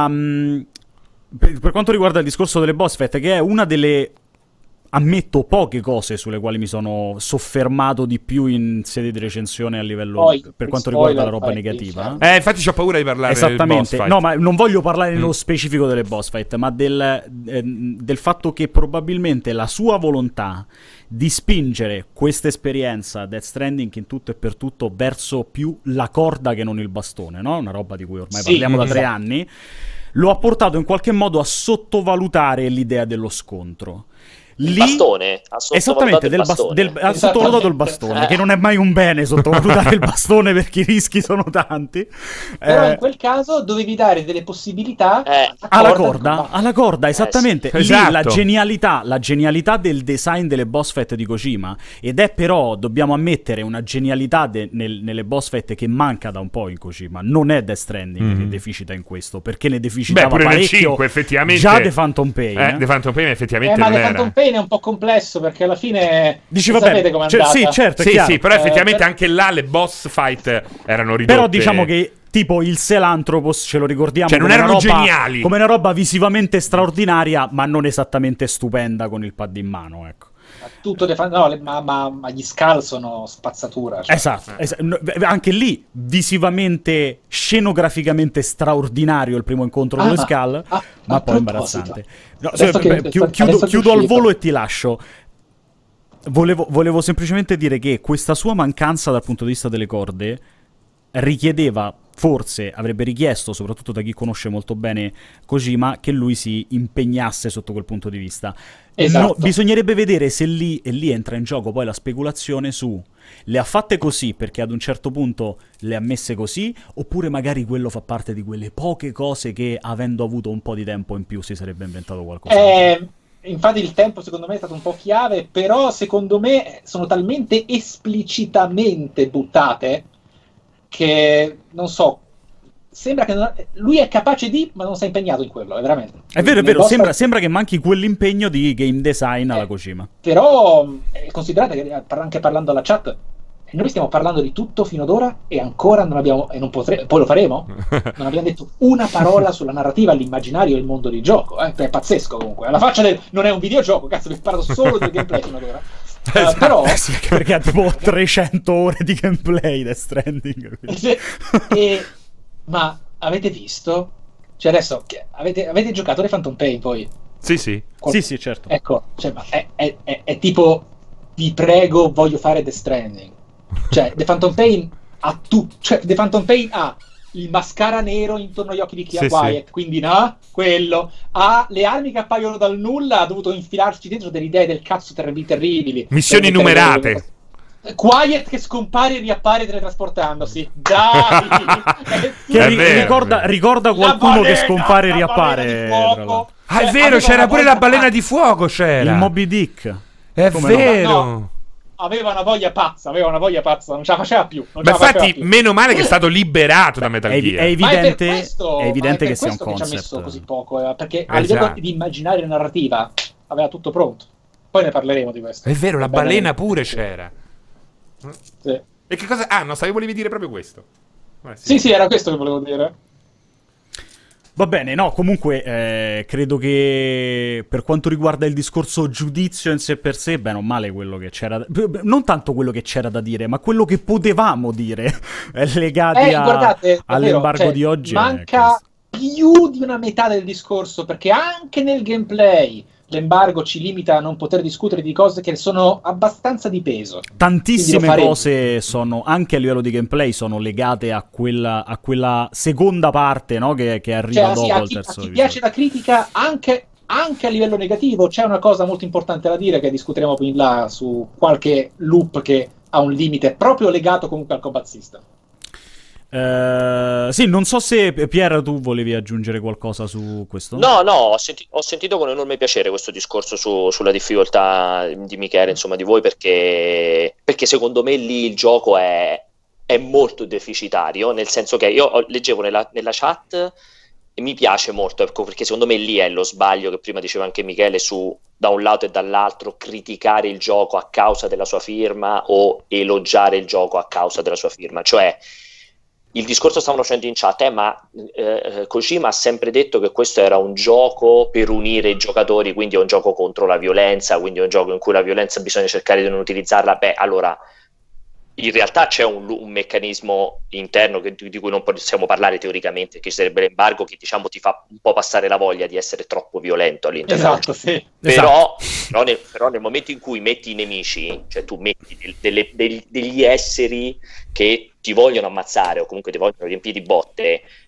quanto riguarda il discorso delle boss fight, che è una delle... ammetto poche cose sulle quali mi sono soffermato di più in sede di recensione a livello per quanto riguarda la roba negativa. Infatti c'ho paura di parlare esattamente. No, ma non voglio parlare nello specifico delle boss fight, ma del fatto che probabilmente la sua volontà di spingere questa esperienza Death Stranding in tutto e per tutto verso più la corda che non il bastone, no? Una roba di cui ormai parliamo da 3 anni, lo ha portato in qualche modo a sottovalutare l'idea dello scontro. bastone, ha esattamente, ha sottovalutato il bastone, che non è mai un bene sottovalutare il bastone perché i rischi sono tanti. Però in quel caso dovevi dare delle possibilità alla corda, esattamente. Sì. Esatto. La genialità del design delle boss fight di Kojima, ed è però, dobbiamo ammettere, una genialità nelle boss fight che manca da un po' in Kojima. Non è Death Stranding che deficita in questo, perché ne deficitava pure parecchio nel 5, effettivamente. già The Phantom Pain. The Phantom Pain effettivamente ma non The era. Phantom Pain è un po' complesso, perché alla fine sapete com'è andata. Sì, certo, è Sì, chiaro. sì, però effettivamente anche là le boss fight erano ridotte. Però diciamo che tipo il Selanthropos ce lo ricordiamo, cioè non erano geniali, come una roba visivamente straordinaria, ma non esattamente stupenda con il pad in mano, ecco. Tutto ma gli Skull sono spazzatura, cioè. Esatto. Anche lì visivamente, scenograficamente straordinario il primo incontro con le Skull, ma poi imbarazzante. No, chiudo al volo e ti lascio. Volevo semplicemente dire che questa sua mancanza dal punto di vista delle corde richiedeva, forse avrebbe richiesto, soprattutto da chi conosce molto bene Kojima, che lui si impegnasse sotto quel punto di vista. Esatto. No, bisognerebbe vedere se lì entra in gioco poi la speculazione su le ha fatte così perché ad un certo punto le ha messe così, oppure magari quello fa parte di quelle poche cose che, avendo avuto un po' di tempo in più, si sarebbe inventato qualcosa. Infatti il tempo secondo me è stato un po' chiave, però secondo me sono talmente esplicitamente buttate che, non so, sembra che lui è capace di, ma non si è impegnato in quello, è veramente. È vero, sembra che manchi quell'impegno di game design alla Kojima. Però considerate che, anche parlando alla chat, noi stiamo parlando di tutto fino ad ora e ancora non abbiamo, e non potremo, poi lo faremo, non abbiamo detto una parola sulla narrativa, l'immaginario e il mondo di gioco. È pazzesco comunque. Alla faccia del non è un videogioco, cazzo, vi parlo solo del gameplay fino ad ora. Però sì, perché ha tipo 300 ore di gameplay Death Stranding. Ma avete visto? Cioè adesso avete giocato le Phantom Pain poi? Sì, sì, certo. Ecco, cioè, ma è tipo, vi prego, voglio fare Death Stranding. Cioè The Phantom Pain ha The Phantom Pain ha il mascara nero intorno agli occhi di Wyatt, quindi quello ha le armi che appaiono dal nulla, ha dovuto infilarci dentro delle idee del cazzo terribili, missioni numerate. Quiet che scompare e riappare teletrasportandosi. Dai! ricorda qualcuno che scompare e riappare. È vero, c'era pure la balena di fuoco, c'era. Il Moby Dick. È vero. No. Aveva una voglia pazza, non ce la faceva più. Infatti, meno male che è stato liberato da Metal Gear. È evidente che sia un concept. Ci ha messo così poco, perché a livello di immaginario narrativa aveva tutto pronto. Poi ne parleremo di questo. È vero, la balena pure c'era. Sì. E che cosa? No, volevi dire proprio questo. Sì, era questo che volevo dire. Va bene, no, comunque credo che per quanto riguarda il discorso giudizio in sé per sé, bene o male quello che c'era, non tanto quello che c'era da dire, ma quello che potevamo dire legati all'embargo di oggi. Manca più di una metà del discorso, perché anche nel gameplay l'embargo ci limita a non poter discutere di cose che sono abbastanza di peso. Tantissime cose sono, anche a livello di gameplay, sono legate a quella seconda parte, no? che arriva dopo il terzo. A chi piace la critica, anche a livello negativo, c'è una cosa molto importante da dire, che discuteremo più in là su qualche loop che ha un limite proprio legato comunque al combat system. Sì, non so se Pier tu volevi aggiungere qualcosa su questo. No, ho sentito con enorme piacere questo discorso sulla difficoltà di Michele, insomma, di voi, perché secondo me lì il gioco è molto deficitario, nel senso che io leggevo nella chat e mi piace molto, ecco, perché secondo me lì è lo sbaglio che prima diceva anche Michele su, da un lato e dall'altro, criticare il gioco a causa della sua firma o elogiare il gioco a causa della sua firma. Cioè, il discorso stavano facendo in chat, ma Kojima ha sempre detto che questo era un gioco per unire i giocatori, quindi è un gioco contro la violenza, quindi è un gioco in cui la violenza bisogna cercare di non utilizzarla. Beh, allora, in realtà c'è un meccanismo interno di cui non possiamo parlare teoricamente, che ci sarebbe l'embargo, che diciamo ti fa un po' passare la voglia di essere troppo violento all'interno. Esatto, sì. Però nel momento in cui metti i nemici, cioè tu metti degli esseri che ti vogliono ammazzare o comunque ti vogliono riempire di botte,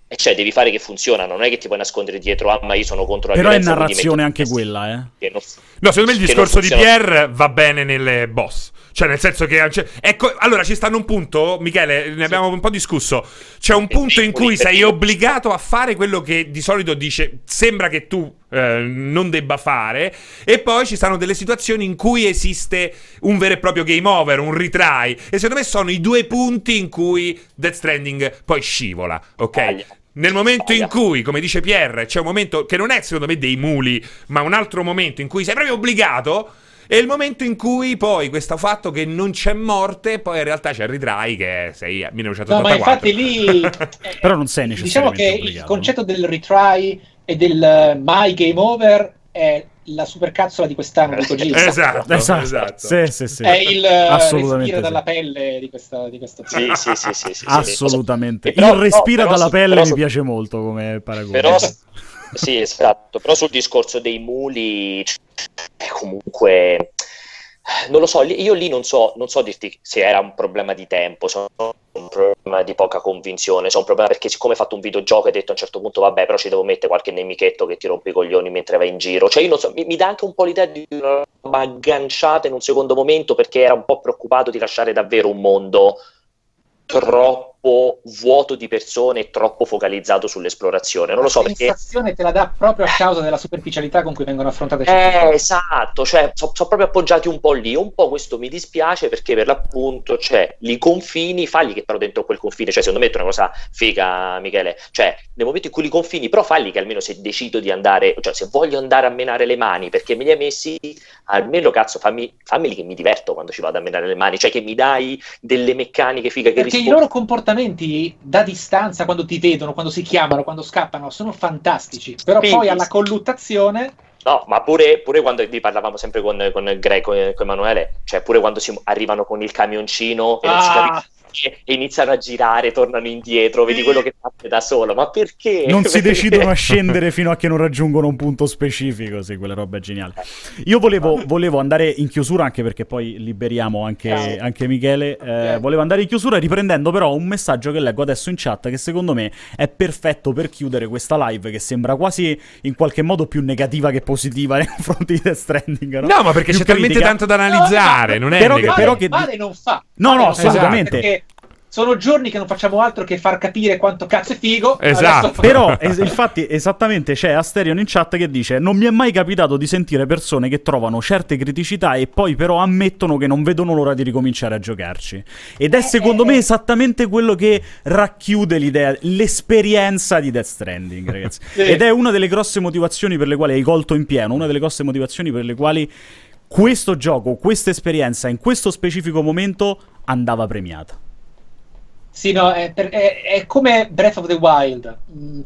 E cioè devi fare che funzionano, non è che ti puoi nascondere dietro ma io sono contro la però violenza. Però è narrazione anche quella, No, secondo me il discorso di Pierre va bene nelle boss. Cioè, nel senso che... ecco, allora, ci stanno un punto, Michele, ne abbiamo un po' discusso. C'è un punto in cui sei obbligato a fare quello che di solito dice... Sembra che tu non debba fare. E poi ci stanno delle situazioni in cui esiste un vero e proprio game over, un retry. E secondo me sono i due punti in cui Death Stranding poi scivola, ok? Nel momento in cui, come dice Pierre, c'è un momento che non è secondo me dei muli, ma un altro momento in cui sei proprio obbligato, e il momento in cui poi questo fatto che non c'è morte, poi in realtà c'è il retry che sei a 1984. No, ma infatti lì però non sei necessariamente diciamo che obbligato, il concetto del retry e del my game over è la supercazzola di quest'anno di Kojima. Esatto. Sì. È il respiro dalla pelle di questo sì. Assolutamente. Però, il respira dalla pelle mi però, piace molto come paragone. Però sì, esatto. Però sul discorso dei muli, comunque, non lo so. Io lì non so dirti se era un problema di tempo, se un problema di poca convinzione, se un problema perché siccome hai fatto un videogioco e hai detto a un certo punto vabbè, però ci devo mettere qualche nemichetto che ti rompe i coglioni mentre vai in giro. Cioè io non so, mi dà anche un po' l'idea di una roba agganciata in un secondo momento, perché era un po' preoccupato di lasciare davvero un mondo troppo vuoto di persone e troppo focalizzato sull'esplorazione. Non lo so perché... La sensazione te la dà proprio a causa della superficialità con cui vengono affrontate esatto, cioè sono proprio appoggiati un po' lì. Un po' questo mi dispiace perché per l'appunto i confini, fagli che però dentro quel confine, cioè secondo me è una cosa figa, Michele, cioè nel momento in cui li confini, però fagli che almeno se decido di andare, cioè se voglio andare a menare le mani perché me li hai messi, almeno cazzo fammi che mi diverto quando ci vado a menare le mani, cioè che mi dai delle meccaniche figa che perché i loro comportamenti da distanza, quando ti vedono, quando si chiamano, quando scappano, sono fantastici, però poi alla colluttazione... No, ma pure quando parlavamo sempre con Greg, con Emanuele, cioè pure quando arrivano con il camioncino e non si capisce e iniziano a girare, tornano indietro, vedi quello che parte da solo, ma perché? Non si decidono a scendere fino a che non raggiungono un punto specifico, sì, quella roba è geniale. Io volevo andare in chiusura, anche perché poi liberiamo anche Michele, volevo andare in chiusura riprendendo però un messaggio che leggo adesso in chat, che secondo me è perfetto per chiudere questa live, che sembra quasi in qualche modo più negativa che positiva nei confronti di Death Stranding, no? No, ma perché più c'è talmente tanto da analizzare, non è male non fa. No, assolutamente. Perché sono giorni che non facciamo altro che far capire quanto cazzo è figo. Esatto. Però infatti esattamente c'è Asterion in chat che dice: non mi è mai capitato di sentire persone che trovano certe criticità e poi però ammettono che non vedono l'ora di ricominciare a giocarci. Ed è secondo me esattamente quello che racchiude l'idea, l'esperienza di Death Stranding, ragazzi. Ed è una delle grosse motivazioni per le quali hai colto in pieno, una delle grosse motivazioni per le quali questo gioco, questa esperienza in questo specifico momento andava premiata. Sì, no, è come Breath of the Wild.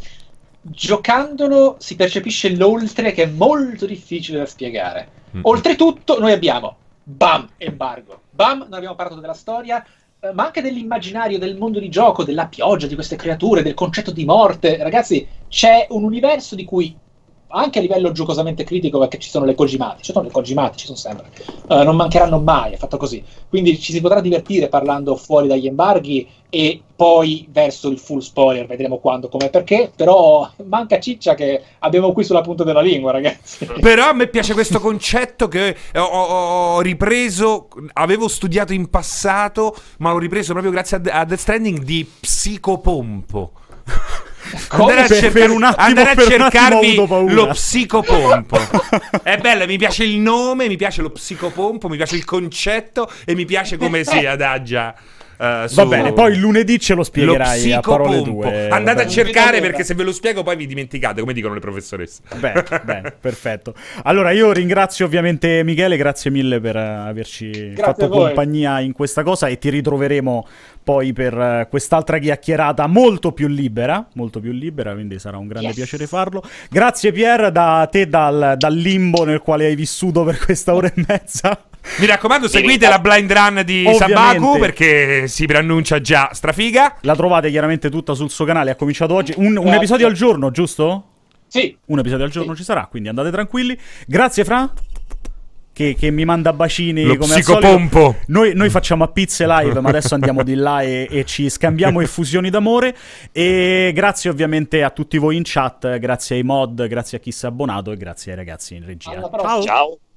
Giocandolo si percepisce l'oltre, che è molto difficile da spiegare. Oltretutto noi abbiamo embargo, non abbiamo parlato della storia, ma anche dell'immaginario del mondo di gioco, della pioggia, di queste creature, del concetto di morte. Ragazzi, c'è un universo di cui anche a livello giocosamente critico, perché ci sono le Kojimate, ci sono sempre, non mancheranno mai, è fatto così, quindi ci si potrà divertire parlando fuori dagli embarghi e poi verso il full spoiler, vedremo quando, come e perché, però manca ciccia che abbiamo qui sulla punta della lingua, ragazzi. Però a me piace questo concetto che ho ripreso, avevo studiato in passato, ma ho ripreso proprio grazie a Death Stranding, di psicopompo. Andare a cercarvi lo psicopompo. È bello, mi piace il nome, mi piace lo psicopompo, mi piace il concetto e mi piace come si adagia. Va bene, poi lunedì ce lo spiegherai a parole tue. Andate a cercare, perché se ve lo spiego poi vi dimenticate, come dicono le professoresse. Bene, perfetto. Allora io ringrazio ovviamente Michele, grazie mille per averci fatto compagnia in questa cosa, e ti ritroveremo poi per quest'altra chiacchierata molto più libera, quindi sarà un grande piacere farlo. Grazie Pier, da te dal limbo nel quale hai vissuto per questa ora e mezza. Mi raccomando, seguite la blind run di Sabaku, perché si preannuncia già strafiga. La trovate chiaramente tutta sul suo canale, ha cominciato oggi un episodio al giorno, giusto? Sì. Un episodio al giorno ci sarà, quindi andate tranquilli. Grazie Fra. che mi manda bacini lo come al psicopompo. solito. Noi facciamo a pizze live, ma adesso andiamo di là e ci scambiamo effusioni d'amore. E grazie ovviamente a tutti voi in chat, grazie ai mod, grazie a chi si è abbonato e grazie ai ragazzi in regia. Ciao.